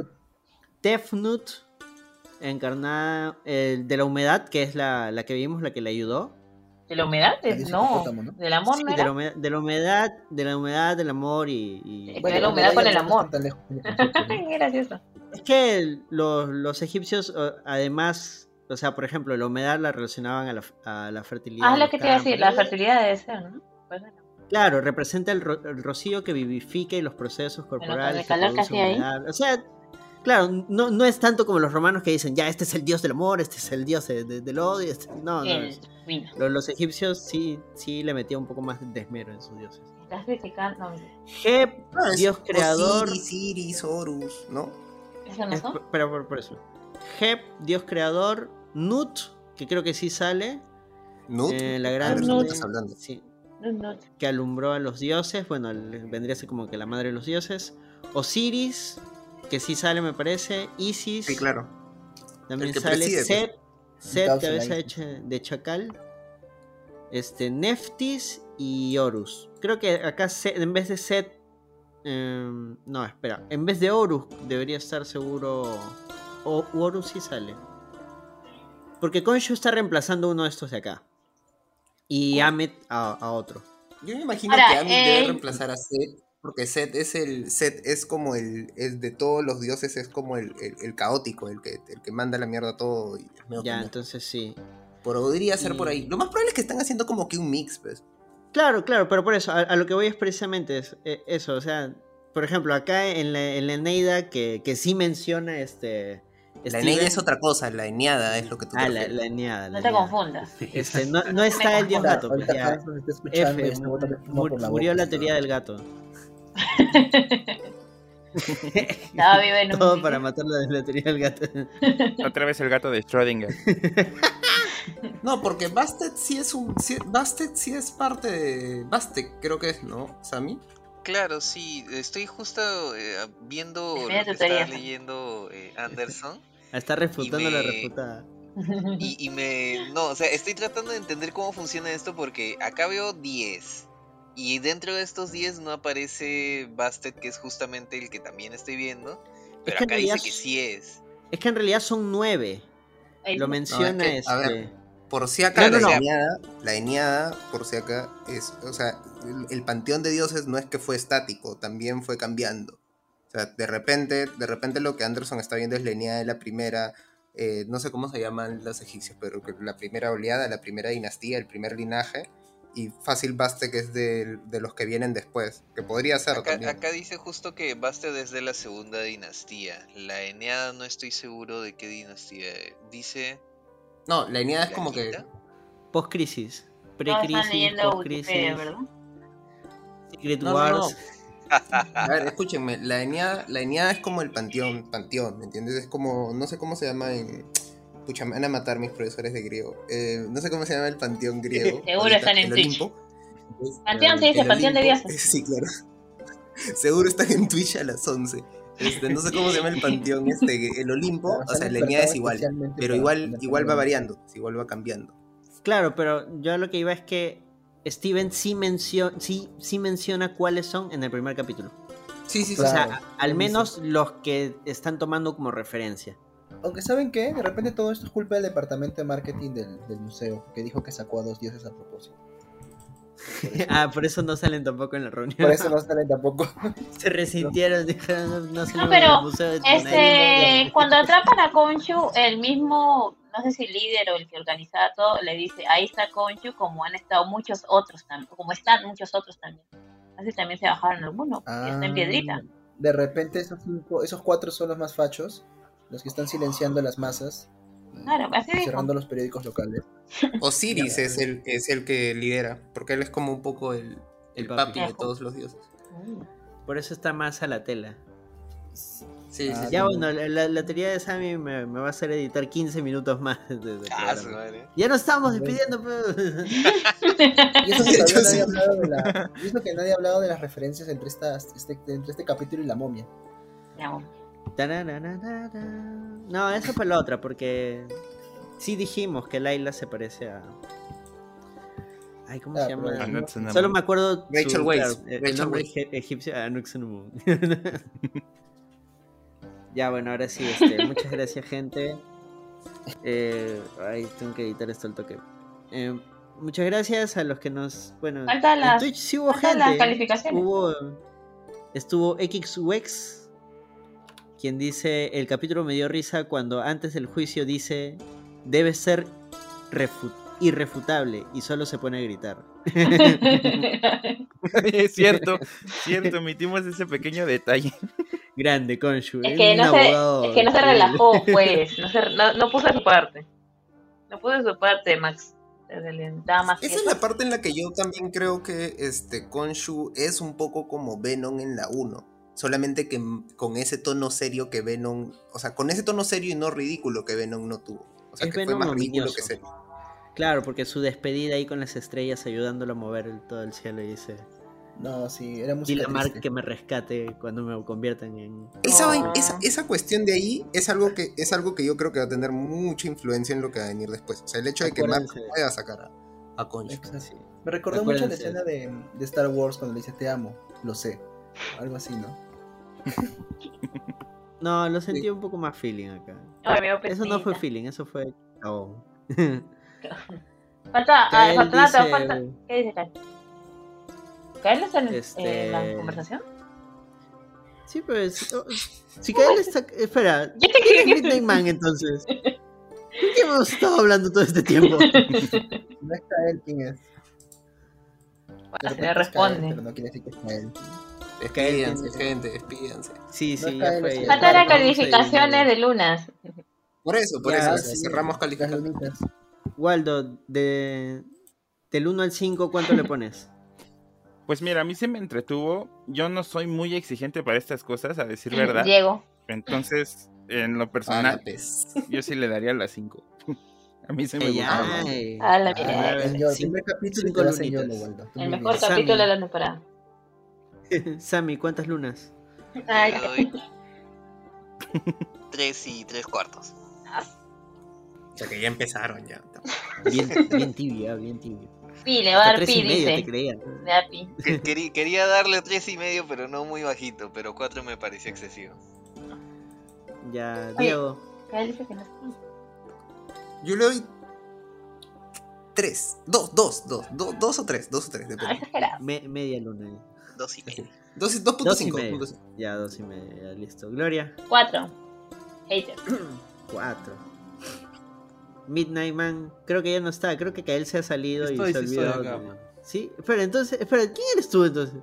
Tefnut, encarnada de la humedad, que es la que vimos, la que le ayudó. ¿De la humedad? Dios No. hipopótamo, ¿no? ¿Del amor Sí, no de era? la humedad, del amor y... Bueno, la humedad con el amor. No están tan lejos como nosotros, ¿no? Qué gracioso. Es que los egipcios, además, o sea, por ejemplo, la humedad la relacionaban a la fertilidad. Ah, de es lo los que te iba a decir, la campos. fertilidad debe ser, ¿no? Pues bueno. Claro, representa el rocío que vivifica y los procesos con el corporales calor que producen hacía ahí. humedad. O sea, claro, no es tanto como los romanos que dicen, ya, este es el dios del amor, este es el dios del odio. No. El vino. Los egipcios sí le metían un poco más de esmero en sus dioses. Estás criticando. No, Geb, Es dios creador. Osiris, Iris, Horus, ¿no? ¿eso no son? Pero por eso. Geb, dios creador. Nut, que creo que sí sale. Nut. La A gran ver, ¿de qué estás hablando? sí, No. que alumbró a los dioses. Bueno, vendría a ser como que la madre de los dioses. Osiris, que sí sale, me parece. Isis, Sí, claro. también El que sale. preside, Set, Causa cabeza la de chacal. Neftis y Horus. Creo que acá en vez de Set... no, espera. En vez de Horus debería estar seguro... O Horus sí sale. Porque Khonshu está reemplazando uno de estos de acá. Y Ammit a otro. Yo me imagino Ahora, que Amit debe reemplazar a Set, porque Set es como es de todos los dioses, es como el caótico, el que manda la mierda a todo. Y es medio Ya, pendejo. entonces sí. Podría ser por ahí. Lo más probable es que están haciendo como que un mix, pues. Claro, pero por eso, a lo que voy es precisamente eso, o sea, por ejemplo, acá en la Eneida que sí menciona La Steven- Eneida es otra cosa, la Eneada es lo que tú te la refieres. Eneada. No te confundas. No está el dios Ahora, gato, pues ahorita ya. Hans nos está escuchando y F, está botando espuma por la murió boca. la teoría del gato. Estaba vivo en un Todo sitio. para matar la teoría del gato. Otra vez el gato de Schrödinger. No, porque Bastet sí es parte de Bastet, creo que es, ¿no, Sammy? Claro, sí, estoy justo viendo Mira lo que tu teoría, está Sam. leyendo Anderson Está refutando la me- refutada. no, o sea, estoy tratando de entender cómo funciona esto porque acá veo 10 y dentro de estos 10 no aparece Bastet, que es justamente el que también estoy viendo, pero que en acá dice realidad que sí es. Es que en realidad son 9. Ahí Lo sí. menciona a ver, este. Por si acá, No, no, no. la Eneada, por si acá, o sea, el panteón de dioses no es que fue estático, también fue cambiando. O sea, de repente lo que Anderson está viendo es la Eneada de la primera, no sé cómo se llaman los egipcios, pero que la primera oleada, la primera dinastía, el primer linaje, y fácil Bastet que es de los que vienen después, que podría ser también. Acá dice justo que Bastet es de la segunda dinastía. La Eneada no estoy seguro de qué dinastía es. Dice No, la Eneada es la como quinta. que... Post-crisis. No, están Pre-crisis, leyendo post-crisis. Wikipedia, ¿verdad? Secret No, Wars. A ver, escúchenme, la Eneada es como el panteón, ¿me entiendes? Es como, no sé cómo se llama en... Pucha, me van a matar mis profesores de griego. No sé cómo se llama el panteón griego. Seguro ahorita, están en el Twitch. Olimpo. Panteón se dice, El panteón de Olimpo, dioses. sí, claro. Seguro están en Twitch a las 11. No sé cómo se llama el panteón el Olimpo, Claro, o se sea, han la Eneada es despertado igual, especialmente pero para igual poner va panteón. variando, igual va cambiando. Claro, pero yo lo que iba es que Steven sí menciona cuáles son en el primer capítulo. Sí, O Claro. sea, al menos los que están tomando como referencia. Aunque ¿saben qué? De repente todo esto es culpa del departamento de marketing del museo, que dijo que sacó a 2 dioses a propósito. Por eso no salen tampoco en la reunión. Por eso no salen tampoco. Se resintieron, dijeron, no salimos pero, del museo de Tunay. Cuando atrapan a Khonshu, el mismo, no sé si líder o el que organizaba todo, le dice, ahí está Khonshu, como han estado muchos otros también, como están muchos otros también. Así también se bajaron algunos, porque está en piedrita. De repente esos 4 son los más fachos, los que están silenciando a las masas, Claro, así dijo. cerrando los periódicos locales. Osiris es el que lidera, porque él es como un poco el papi de Papi. todos los dioses. Por eso está más a la tela. Sí, Ah, sí, Ya sí. bueno, la teoría de Sammy me va a hacer editar 15 minutos más del Ah, programa. su madre. Ya nos estamos despidiendo, pues. Y eso que Sí, yo todavía sí. nadie ha hablado y eso que nadie ha hablado de las referencias entre este capítulo y la momia. No. Tararararara. No, eso fue la otra, porque sí dijimos que Layla se parece a... Ay, ¿cómo se llama? pero- Anutsunamon. Solo me acuerdo Rachel Weisz. el Rachel nombre Weisz. egipcio, Anutsunamon. Ya, bueno, ahora sí, muchas gracias, gente. Ay, tengo que editar esto al toque. Muchas gracias a los que nos... Bueno, Falta en las- Twitch sí hubo faltan las gente. calificaciones. Estuvo XWEX, quien dice, el capítulo me dio risa cuando antes del juicio dice, debe ser irrefutable, y solo se pone a gritar. Es cierto, omitimos ese pequeño detalle. Grande, Khonshu. Es que no se relajó, pues. No puso su parte. No puso su parte, Max. Daba más Esa es la parte en la que yo también creo que Khonshu es un poco como Venom en la 1. Solamente que con ese tono serio que Venom... O sea, con ese tono serio y no ridículo que Venom no tuvo. O sea, Es que fue Venom más ridículo ominoso. que serio. Claro, porque su despedida ahí con las estrellas ayudándolo a mover todo el cielo y dice, No, sí, era y música la marca triste. que me rescate cuando me conviertan en... Esa cuestión de ahí es algo que yo creo que va a tener mucha influencia en lo que va a venir después. O sea, el hecho de que Mark Acuérdense. pueda sacar a Concho. Exacto. Me recordó mucho la Acuérdense escena de Star Wars cuando le dice te amo, lo sé. Algo así, ¿no? No, lo sentí un poco más feeling acá. Ay, me dio Eso no fue penita. feeling, eso fue cagón. Falta, Kael Fortunato, dice- falta. ¿Qué dice Kael? ¿Kael no está en Este- la conversación? Sí, pues. Si Kael está. Espera, Yo te ¿quién es creo que- Midnight Man entonces? ¿Por qué hemos estado hablando todo este tiempo? No es Kael, ¿quién es? Bueno, De se repente le es Kael, responde. pero no quiere decir que es Kael. Despídense, gente, despídense. Sí, No sí, es ya Kael, fue. es ya. Falta las Vamos a calificaciones ir. de lunas. Por eso, Ya, o sea, sí, cerramos las calificando. lunitas. Waldo, del 1 al 5, ¿cuánto le pones? Pues mira, a mí se me entretuvo. Yo no soy muy exigente para estas cosas, a decir verdad. Diego. Entonces, en lo Ah, personal, la pez. yo sí le daría las 5. A mí se me gustó. Ay, A la a mierda. ver, En YOLO, el cinco- primer capítulo y cinco te vas en YOLO, lunitas. Waldo. Tú El muy mejor bien. Sammy. capítulo de la temporada. Sammy, ¿cuántas lunas? Ay, Le doy 3 y 3/4. O sea que ya empezaron ya. Bien tibia, bien tibia. Pi, le va a Hasta dar 3 pi, y medio te dice. creía. Le da pi. Quería darle 3,5, pero no muy bajito, pero 4 me parecía excesivo. Ya, Oye. Diego. Kael dice que no es pi. Yo le doy 3. 2 o 3, Ah, depende. exagerado. Media luna. 2,5. 2 y 2.5. medio. Ya, 2 y medio, ya, listo. Gloria, 4. Hater. 4. Midnight Man, creo que ya no está, creo que Kael se ha salido y se ha Estoy olvidado. acá, de- man. Sí, espera, ¿quién eres tú entonces?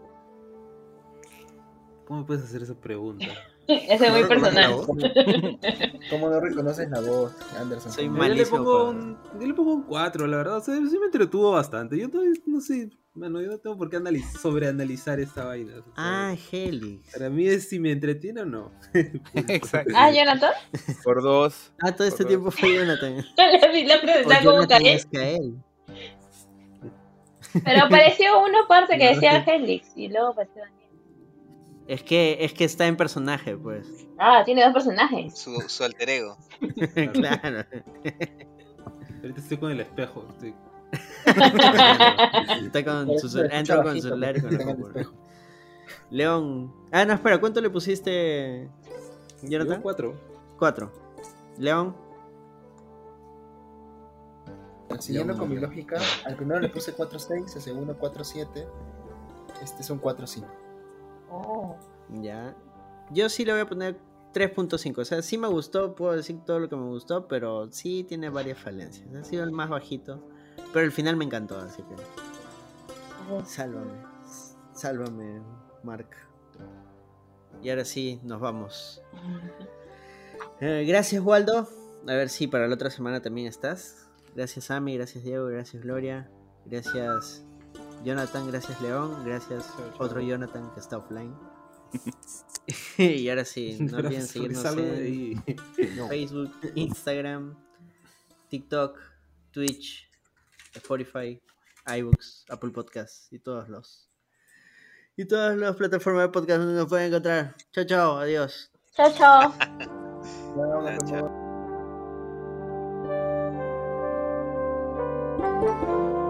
¿Cómo puedes hacer esa pregunta? Ese es muy ¿No reconoces la personal. voz? ¿Cómo no reconoces la voz, Anderson? Soy ¿Cómo? mal. Yo le Malísimo pongo para- yo le pongo un 4, la verdad. O sea, sí me entretuvo bastante. Yo todavía no sé. Bueno, yo no tengo por qué sobreanalizar esta vaina. O sea, Ah, Helix. para mí es si me entretiene o no. Exacto. Ah, Jonathan. Por 2. Ah, todo este Por tiempo fue Jonathan. La O presentaba como Jonathan Kael. es Kael. Pero apareció una parte que La decía verdad Helix y luego apareció Daniel. Es que está en personaje, pues. Ah, tiene dos personajes. Su alter ego. Claro. Ahorita estoy con el espejo. Está con su Pero entra con bajito, su celular y con porque la está en el computadora. espejo. León. Ah, no, espera, ¿cuánto le pusiste, Yo Jonathan? 4. 4. León. Siguiendo León con mi murió. lógica, al primero le puse 4.6, al segundo 4.7. Este es un 4.5. Oh. Ya. Yo sí le voy a poner 3.5. O sea, sí me gustó, puedo decir todo lo que me gustó, pero sí tiene varias falencias. Ha sido el más bajito. Pero el final me encantó, así que. Sálvame. Sálvame, Mark. Y ahora sí, nos vamos. Gracias, Waldo. A ver si para la otra semana también estás. Gracias, Ami. Gracias, Diego. Gracias, Gloria. Gracias, Jonathan. Gracias, León. Gracias, otro Jonathan que está offline. Y ahora sí, no olviden seguirnos en Facebook, Instagram, TikTok, Twitch, Spotify, iBooks, Apple Podcasts y todas las plataformas de podcast donde nos pueden encontrar. Chao, chao, adiós. Chao, chao. No, Chao. no.